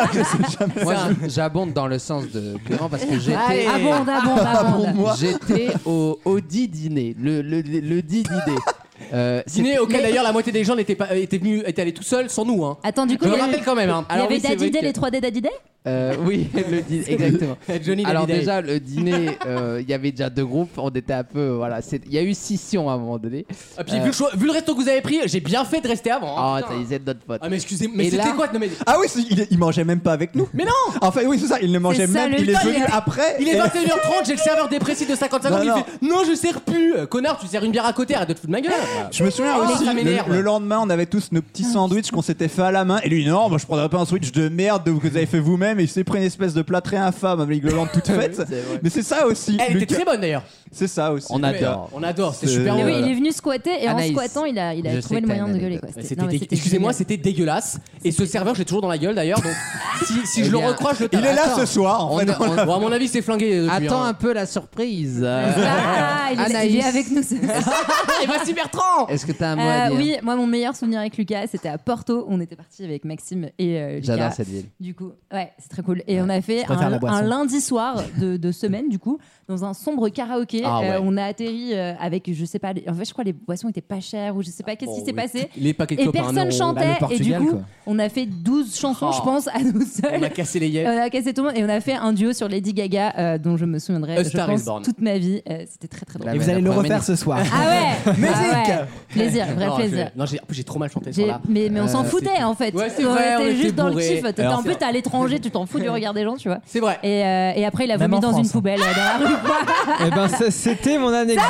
Moi, j'abonde dans le sens de Clément parce que j'étais. Allez. Abonde, abonde. moi. J'étais au dit dîner, le dit dîner. Dîner auquel d'ailleurs la moitié des gens étaient allés tout seuls sans nous. Hein. Attends, du coup, Je il le y rappelle avait, quand même. Hein. il y avait oui, c'est vrai Dadidé, que- les 3D Dadidé? Oui, le dîner, exactement. Johnny Alors Hallyday. déjà le dîner, il y avait déjà 2 groupes, on était un peu voilà, il y a eu scission à un moment donné. Ah, puis vu le resto que vous avez pris, j'ai bien fait de rester avant. Ah, Hein, ça putain. ils étaient notre pote. Ah mais excusez-moi, mais Et c'était là- quoi non, mais... Ah oui, il mangeait même pas avec nous. Mais non. Enfin, oui, c'est ça, il ne mangeait C'est ça, même. le Il est temps, venu il est- après. Il est et- 21h30, j'ai le serveur dépressif de 55 ans Non, qui non. fait non je sers plus. Connard, tu sers une bière à côté, arrête de te foutre de ma gueule. Je me souviens Oh, aussi, ça m'énerve. le lendemain, on avait tous nos petits sandwichs qu'on s'était fait à la main. Et lui, non, moi je prendrais pas un sandwich de merde que vous avez fait vous-même. Et il s'est pris une espèce de plat très infâme avec le lande toute faite. Mais c'est ça aussi. Elle était Lucas- très bonne d'ailleurs. C'est ça aussi. On adore. On adore, c'était C'est- super Mais bon. oui, il est venu squatter et Anaïs, en squattant, il a je trouvé sais le que moyen t'as de une gueuler. Quoi. C'était Non, mais excusez-moi, génial. c'était dégueulasse. Et ce serveur, je l'ai toujours dans la gueule d'ailleurs. Donc si je le bien, recroche, je le Il est là tape. ce soir. En fait. Bon, à mon avis, c'est flingué. depuis, Attends hein. un peu la surprise. Ah, il est Anaïs. avec nous. ce soir. Et voici Bertrand. Est-ce que t'as un mot à dire? Oui, moi mon meilleur souvenir avec Lucas, c'était à Porto. On était parti avec Maxime et Lucas. J'adore cette ville. Du coup, ouais, c'est très cool. Et on a fait préfère la boisson. un lundi soir de semaine, du coup, dans un sombre karaoké. Ah ouais. On a atterri avec, je sais pas, en fait, je crois les boissons étaient pas chères ou je sais pas qu'est-ce qui s'est passé. Les paquets de Et clopes à un personne euro. chantait. Bah, le Et du Portugal, coup, quoi. on a fait 12 chansons, Oh. je pense, à nous seuls. On a cassé les yeux. On a cassé tout le monde et on a fait un duo sur Lady Gaga dont je me souviendrai, A je Star is pense, Born. toute ma vie. C'était très très drôle. La Et vous allez le première refaire minute. ce soir. Ah ouais. Musique. Ah ouais. Plaisir, vrai Non, plaisir. Non, en plus, j'ai trop mal chanté ce J'ai- soir-là. mais on s'en foutait en fait. Ouais, c'est vrai, on était était juste dans le bourrés. kiff. T'étais- Alors, en plus, t'es à l'étranger, tu t'en fous du regard des gens, tu vois. C'est vrai. Et après, il a Même vomi en dans France, une poubelle dans la rue. Eh ben c'était mon anecdote.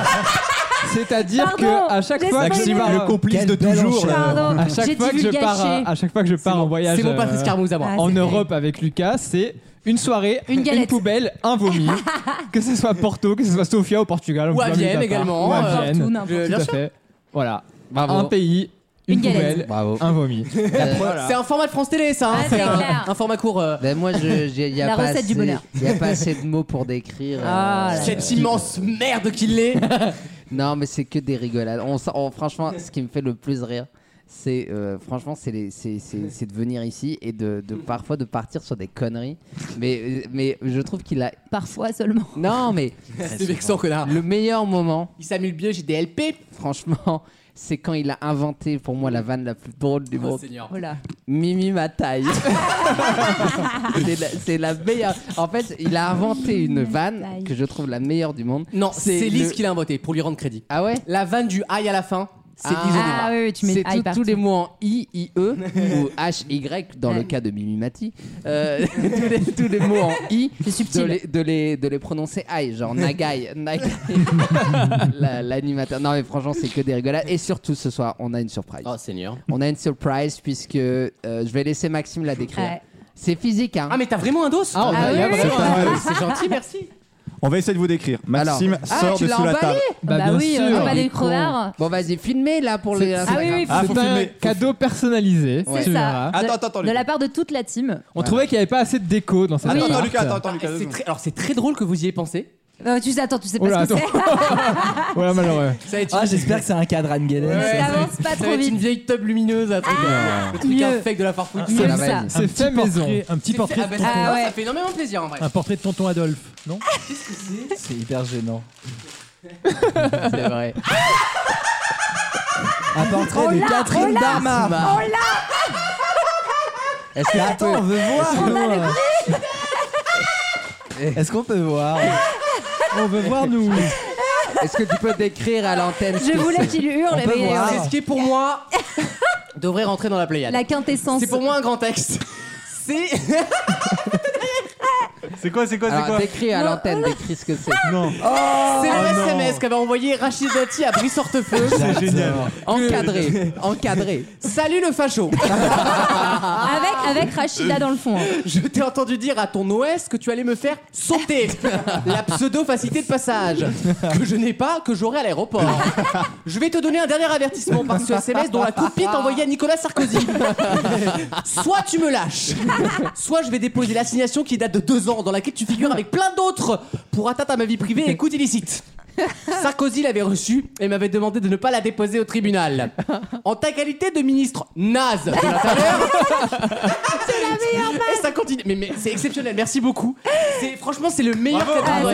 C'est-à-dire Pardon, que à chaque fois que je j'ai pars, Le complice Quelle de belle toujours. là. Pardon, à chaque j'ai fois que je pars, divulgaché. à chaque fois que je pars en voyage, C'est mon Patrice Carmouze à moi. Ah, en c'est Europe avec Lucas, c'est une soirée, Une galette. poubelle, un vomi. Que ce soit Porto, que ce soit Sofia au Portugal, Ou à 20 minutes Vienne part. également, ou à n'importe Vienne. où, n'importe où. Tout Bien à sûr. fait. Voilà. Bravo. Un pays, une Une galette. poubelle, Bravo. un vomi. C'est un format de France Télé, ça. hein. Ah, C'est c'est un, clair. un format court. Ben moi, il y a La pas recette assez, du bonheur. Il y a pas assez de mots pour décrire. Ah, là, Cette immense merde qu'il est. Non, mais c'est que des rigolades. Franchement, ce qui me fait le plus rire, c'est franchement, c'est de venir ici et de parfois de partir sur des conneries. Mais je trouve qu'il a parfois seulement. Non, mais c'est vexant, connard. Le meilleur moment. Il s'amuse bien, j'ai des LP. Franchement. C'est quand il a inventé pour moi la vanne la plus drôle du monde. Voilà. Mimi ma taille. c'est la meilleure. En fait, il a inventé une vanne que je trouve la meilleure du monde. Non, c'est Lise qui l'a inventé pour lui rendre crédit. Ah ouais? La vanne du aïe à la fin. C'est oui, tu mets c'est tous les mots en I, IE ou HY dans le cas de Mimi Mati. tous les mots en I, de les prononcer I, genre Nagai, l'animateur. Non mais franchement c'est que des rigolades. Et surtout ce soir on a une surprise. Oh Seigneur. On a une surprise puisque je vais laisser Maxime la décrire. Ouais. C'est physique hein. Ah mais t'as vraiment un dos? C'est gentil, merci. On va essayer de vous décrire. Maxime sort de sous la table. Bah oui, pas des crevards. Bon vas-y, filmez là pour les... oui, faut filmer. Cadeau personnalisé. C'est ça. Attends, de la part de toute la team. On trouvait qu'il n'y avait pas assez de déco dans cette Attends, Lucas. Alors c'est très drôle que vous y ayez pensé. Tu sais pas ce que c'est. Voilà, malheureux. J'espère que c'est un cadre Anne Guédel. Ça avance pas trop vite. Une vieille tube lumineuse, un truc, un fake de la Farfouille. C'est fait maison. Un petit portrait de tonton. Ça fait énormément plaisir en vrai. Un portrait de tonton Adolphe, non? Qu'est-ce que c'est? C'est hyper gênant. C'est vrai. Un portrait de Catherine Barma. Oh là! Est-ce que Attends, on veut voir. On a le prix. Est-ce qu'on peut voir? On veut voir nous. Est-ce que tu peux décrire à l'antenne? Je voulais qu'il hurle. C'est ce qui est pour moi devrait rentrer dans la Pléiade. La quintessence. C'est pour moi un grand texte. C'est quoi Décris à l'antenne, décris ce que c'est. Non. C'est le SMS qu'avait envoyé Rachid Dati à Brice-Hortefeux. C'est génial. Encadré. Salut le facho. Avec Rachida dans le fond. Je t'ai entendu dire à ton OS que tu allais me faire sauter la pseudo-facilité de passage que je n'ai pas, que j'aurai à l'aéroport. Je vais te donner un dernier avertissement par ce SMS dont la copie est envoyée à Nicolas Sarkozy. Soit tu me lâches, soit je vais déposer l'assignation qui date de 2 ans dans laquelle tu figures avec plein d'autres pour atteinte à ma vie privée et écoute illicite. Sarkozy l'avait reçue et m'avait demandé de ne pas la déposer au tribunal. En ta qualité de ministre naze de l'Intérieur. C'est la meilleure base. Et ça continue. Mais c'est exceptionnel, merci beaucoup. Franchement, c'est le meilleur cadeau.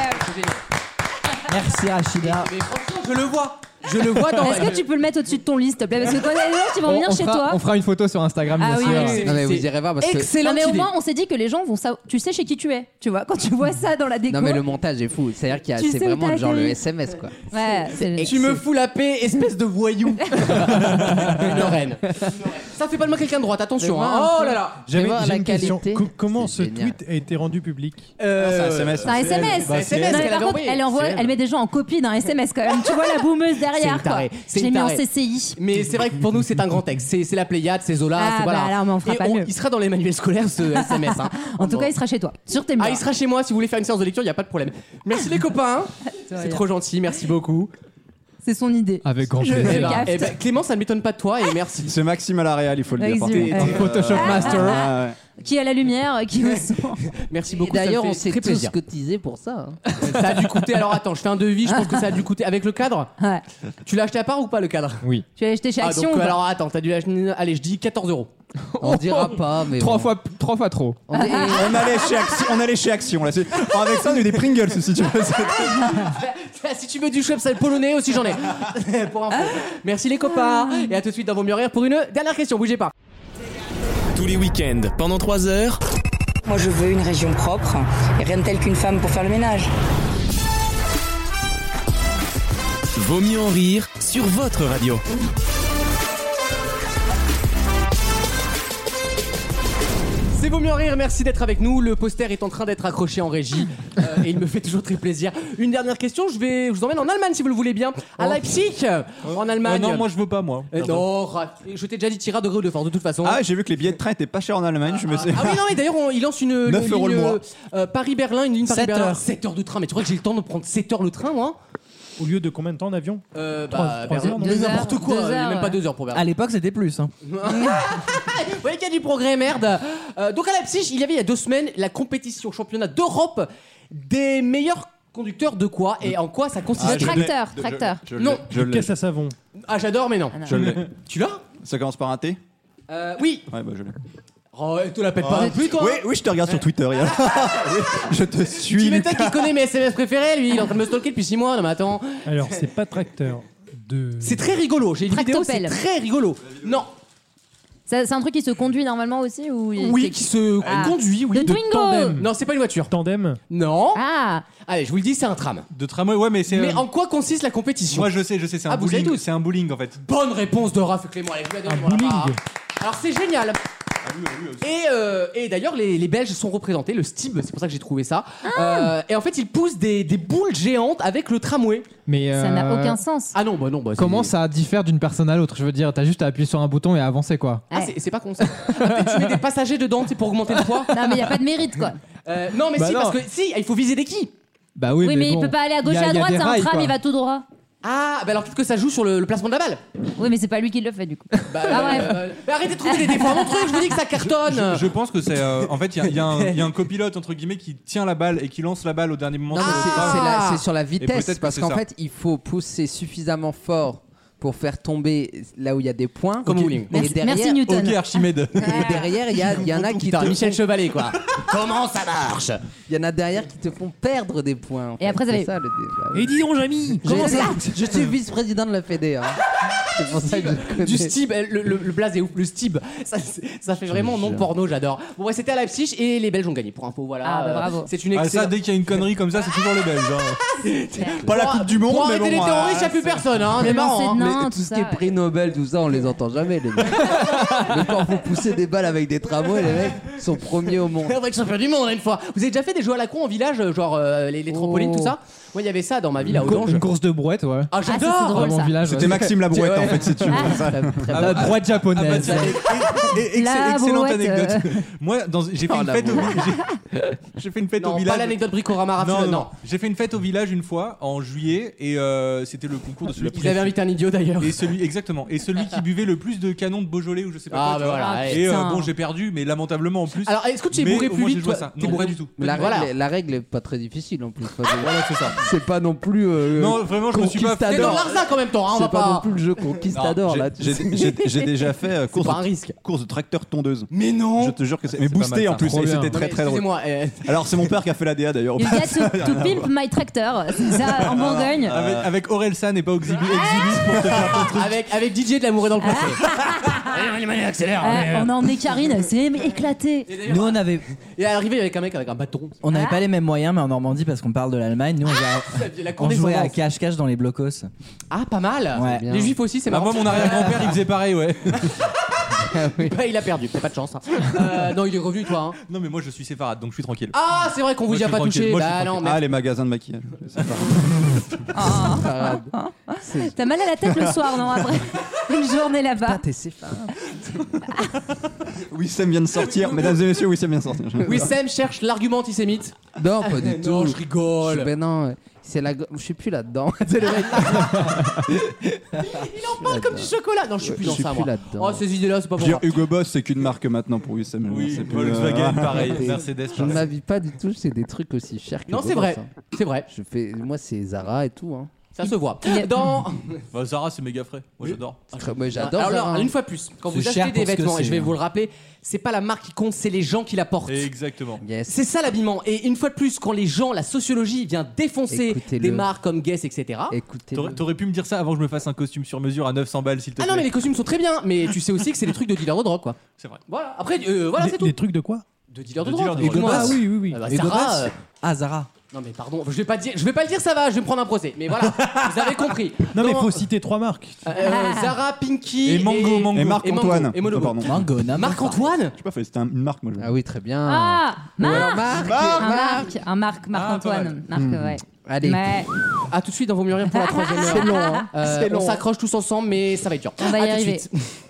Merci Rachida. Mais franchement, je le vois. Dans. Est-ce que tu peux le mettre au-dessus de ton lit, s'il te plaît? Parce que quand il y a des gens qui vont venir chez toi. On fera une photo sur Instagram, bien sûr. Non, mais vous irez voir parce que. Excellent. Mais au moins, on s'est dit que les gens vont savoir. Tu sais chez qui tu es. Tu vois, quand tu vois ça dans la déco. Non, mais le montage est fou. C'est-à-dire qu'il y a, Tu c'est sais où vraiment t'as genre le atterri. SMS quoi. Ouais. Tu me fous la paix, espèce de voyou. Lorraine. Ça fait pas de moi quelqu'un de droite, attention. Hein. Oh là là. J'ai voir une la question. qualité. Comment C'est ce génial. tweet a été rendu public? C'est un SMS. C'est un SMS. Bah, SMS Non, mais qu'elle par avait contre, envoyé. elle met des gens en copie d'un SMS quand même. Tu vois la boumeuse derrière, une tarée. quoi. C'est J'ai une mis en tarée. CCI. Mais c'est vrai que pour nous, c'est un grand texte. C'est la Pléiade, c'est Zola. Ah, c'est voilà. bah alors, mais on fera Et pas mieux. Il sera dans les manuels scolaires, ce SMS. Hein. En tout cas, il sera chez toi. Sur tes murs. Ah, il sera chez moi si vous voulez faire une séance de lecture, il n'y a pas de problème. Merci les copains. C'est trop gentil, merci beaucoup. C'est son idée. Avec grand Je plaisir. capte. Clément, ça ne m'étonne pas de toi et merci. C'est Maxime à la réal, il faut le dire. Vas-y, par contre. ouais. Photoshop Master. Ah, ouais. Qui a la lumière, qui me sent. Merci Et beaucoup. d'ailleurs, ça me on fait s'est très tous plaisir. cotisés pour ça. hein. Ça a dû coûter. Alors attends, je fais un devis. Je pense que ça a dû coûter avec le cadre. Ouais. Tu l'as acheté à part ou pas le cadre? Oui. Tu l'as acheté chez Ah, Action donc ou pas alors attends, t'as dû l'acheter. Allez, je dis 14 €. On dira pas, mais. 3 bon. fois trop. On allait chez Action là. Avec ça, on a eu des Pringles si tu veux. Si tu veux du Schweppes polonais aussi, j'en ai. Pour info. Merci les copains. Et à tout de suite dans Vaut mieux rire pour une dernière question. Bougez pas. Tous les week-ends, pendant 3 heures. Moi, je veux une région propre et rien de tel qu'une femme pour faire le ménage. Vaut mieux en rire sur votre radio. C'est Vaut mieux en rire, merci d'être avec nous. Le poster est en train d'être accroché en régie et il me fait toujours très plaisir. Une dernière question, je vous emmène en Allemagne si vous le voulez bien. À Leipzig, en Allemagne. Non, moi je veux pas, moi. Non, je t'ai déjà dit tir à degré ou de force de toute façon. Ah, j'ai vu que les billets de train étaient pas chers en Allemagne. Je me sais. Ah oui, non, mais d'ailleurs, il lance une 9 € le mois. Paris-Berlin, une ligne 7 Paris-Berlin. heures. 7 heures de train, mais tu crois que j'ai le temps de prendre 7 heures le train, moi? Au lieu de combien de temps en avion? Berlin, heures, non? n'importe quoi, 2 il y a heures, même pas 2 heures pour Berlin. À l'époque, c'était plus. Hein. Vous voyez qu'il y a du progrès, merde. Donc à Leipzig, il y avait il y a 2 semaines la compétition championnat d'Europe des meilleurs Conducteur de quoi et en quoi ça consiste? Le tracteur. Non. Caisse à savon. Ah, j'adore, mais non. Je l'ai. Tu l'as? Ça commence par un T? Oui. Ouais, bah je l'ai. Oh, te la pète pas non plus, toi. Oui, je te regarde sur Twitter. Oui, je te suis. Tu m'étonnes qu'il connaît mes SMS préférés, lui. Il est en train de me stalker depuis 6 mois. Non, mais attends. Alors, c'est pas tracteur. C'est très rigolo. J'ai une vidéo, c'est très rigolo. Non. C'est un truc qui se conduit normalement aussi ou Oui, qui se conduit, oui. Le Twingo. Tandem. Non, c'est pas une voiture. Tandem. Non. Ah. Allez, je vous le dis, c'est un tram. De tramway, ouais, mais c'est. Mais en quoi consiste la compétition? Moi, je sais, c'est un vous savez bowling. tous. C'est un bowling en fait. Bonne réponse de Raph et Clément. Allez, je lui donne, bowling. Alors, c'est génial. Et d'ailleurs, les Belges sont représentés, le Stib, c'est pour ça que j'ai trouvé ça. Et en fait, ils poussent des boules géantes avec le tramway. Mais ça n'a aucun sens. Ah non, bah non. Comment ça diffère d'une personne à l'autre? Je veux dire, t'as juste à appuyer sur un bouton et à avancer quoi. Ah, c'est pas con ça. Tu mets des passagers dedans, c'est pour augmenter le poids. Non, mais il y a pas de mérite quoi. Non, mais Bah si, non. parce que si, il faut viser des quilles. Bah oui, mais bon, il peut pas aller à gauche et à droite, c'est un tram, il va tout droit. Ah, bah alors peut-être que ça joue sur le placement de la balle. Oui, mais c'est pas lui qui le fait du coup. Mais arrêtez de trouver des défauts à mon truc, je vous dis que ça cartonne. Je pense que c'est. En fait, il y a un copilote, entre guillemets, qui tient la balle et qui lance la balle au dernier moment. C'est sur la Et vitesse, peut-être que parce c'est qu'en ça. fait, il faut pousser suffisamment fort pour faire tomber là où il y a des points. Comme bowling. Merci Newton. Ok, Archimède. Et derrière, il y en a qui te Michel font... Chevalet, quoi. Comment ça marche? Il y en a derrière qui te font perdre des points. en Et fait. après, ça c'est fait- ça le débat. Et dis donc, Jamy, comment ça? Je suis vice-président de la Fédé. Hein. C'est pour ça que je connais. Du Stib, le blaze est ouf, le Stib, ça fait vraiment nom porno, j'adore. Bon, ouais, c'était à Leipzig et les Belges ont gagné pour info, voilà. Ah, bah, bravo. C'est une Ah, ça, excellente. dès qu'il y a une connerie comme ça, c'est toujours les Belges. Pas la Coupe du Monde, Pour mais arrêter les bon. terroristes, il n'y a plus personne, hein, c'est marrant. Hein. Mais Non, tout ce qui est prix Nobel, tout ça, on les entend jamais, les mecs. Mais quand faut pousser des balles avec des tramways, les mecs sont premiers au monde. On va être champion du monde une fois. Vous avez déjà fait des jeux à la con en village, genre les trampolines, tout ça? Moi, il y avait ça dans ma ville à Audange. Une course de brouette, ouais. Ah, ça, c'est j'adore! drôle, Dans mon ça. village. C'était Maxime Labrouette en fait, si tu veux. Ça. La brouette japonaise. La Excellente brouette, anecdote. Moi, j'ai fait une fête au j'ai fait une fête au Non, village. pas l'anecdote Bricorama Raphaël, non. J'ai fait une fête au village une fois en juillet et c'était le concours de celui qui Ils avaient invité un idiot d'ailleurs. et celui qui buvait le plus de canons de Beaujolais ou je sais pas Ah, quoi. bah tu vois. voilà, Et putain. bon, j'ai perdu, mais lamentablement en plus. Alors, est-ce que tu es Mais bourré au plus moins, j'ai vite, joué toi? à ça. T'es Non, bourré pas du tout. Mais Voilà. la règle est pas très difficile en plus. Voilà, c'est ça. C'est pas non plus. Non, vraiment, je me suis pas. T'es dans Conquistador. Larzac en même temps, hein, on va C'est pas non pas. plus le jeu Conquistador là. J'ai déjà fait C'est pas un risque. course de tracteur tondeuse. Mais non! Je te jure que c'est. Mais pas mal, boosté ça. en plus, Trop et bien. c'était très très drôle. Excusez-moi. Alors c'est mon père qui a fait la DA d'ailleurs. You get to pimp my tractor, c'est ça en Bourgogne. Avec Aurel San et pas Exhibis pour te faire ton truc. Avec DJ de l'amour et dans le passé. Accélère. On a emmené Karine, c'est éclaté. Nous, on avait, Et arrivé avec un mec avec un bâton. on n'avait pas les mêmes moyens, mais en Normandie, parce qu'on parle de l'Allemagne, nous, La on jouait à condescendance. cache-cache dans les blocos. Ah, pas mal. Ouais. Les juifs aussi, c'est Bah, marrant. moi, mon arrière-grand-père, il faisait pareil, ouais. Bah, il a perdu, t'as pas de chance. Hein. Non, il est revenu, toi. Hein. Non, mais moi, je suis séfarade, donc je suis tranquille. Ah, c'est vrai qu'on vous Moi, y a je pas suis touché. tranquille. Moi, je suis Bah non, tranquille. mais. Ah, les magasins de maquillage. T'as mal à la tête le soir, non? Après une journée là-bas. T'es séfarade. Wissem vient de sortir. Mesdames et messieurs, Wissem vient de sortir. Wissem cherche l'argument antisémite. Non, pas du tout. Non, je rigole. Ben non, c'est la. Je suis plus là-dedans. C'est le mec. Il en parle comme du chocolat. Non, je suis plus Je dans suis ça, plus moi. là-dedans. Oh, ces idées-là, c'est pas Je veux pour dire, moi. Hugo Boss, c'est qu'une marque maintenant pour Wissem. Oui, C'est plus, Volkswagen, pareil. arrêtez. Mercedes, Je ne m'habille pas du tout, c'est des trucs aussi chers que Non, c'est Godos, vrai. hein. C'est vrai. Je fais, moi, c'est Zara et tout. Hein. Ça se voit. Il est- Dans. Bah, Zara, c'est méga frais. Moi, j'adore. Moi, j'adore. Alors, Zara, hein. une fois plus, quand C'est vous cher achetez des pour ce que vêtements, et je c'est, vais hein. vous le rappeler, c'est pas la marque qui compte, c'est les gens qui la portent. Exactement. Yes. C'est ça l'habillement. Et une fois de plus, quand les gens, la sociologie vient défoncer Écoutez-le. des marques comme Guess, etc. Écoutez. T'aurais pu me dire ça avant que je me fasse un costume sur mesure à 900 balles, s'il te Ah plaît. non, mais les costumes sont très bien, mais tu sais aussi que c'est des trucs de dealers de drogue, quoi. C'est vrai. Voilà. Après, voilà, c'est tout. Les trucs de quoi? De dealers de De drogue. dealers de drogue. Excuse-moi. Ah oui, oui, oui. Ah bah, Et Zara, Godos Ah, Zara. Non mais pardon, je vais pas le dire, ça va, je vais me prendre un procès. Mais voilà, vous avez compris. Non, mais Dans- faut citer 3 marques. Zara, Pinky Et Mango. Et Marc-Antoine. Et Monogo. Pardon. Mango, Marc-Antoine. Je sais pas, c'est une marque, moi. Ah oui, très bien. Ah, Ou alors Marc, Marc-Antoine. Marc, ouais. Allez. Mais À tout de suite dans Vos mieux rire pour la troisième heure. C'est long, hein. On s'accroche tous ensemble, mais ça va être dur. On va y À tout de arriver. suite.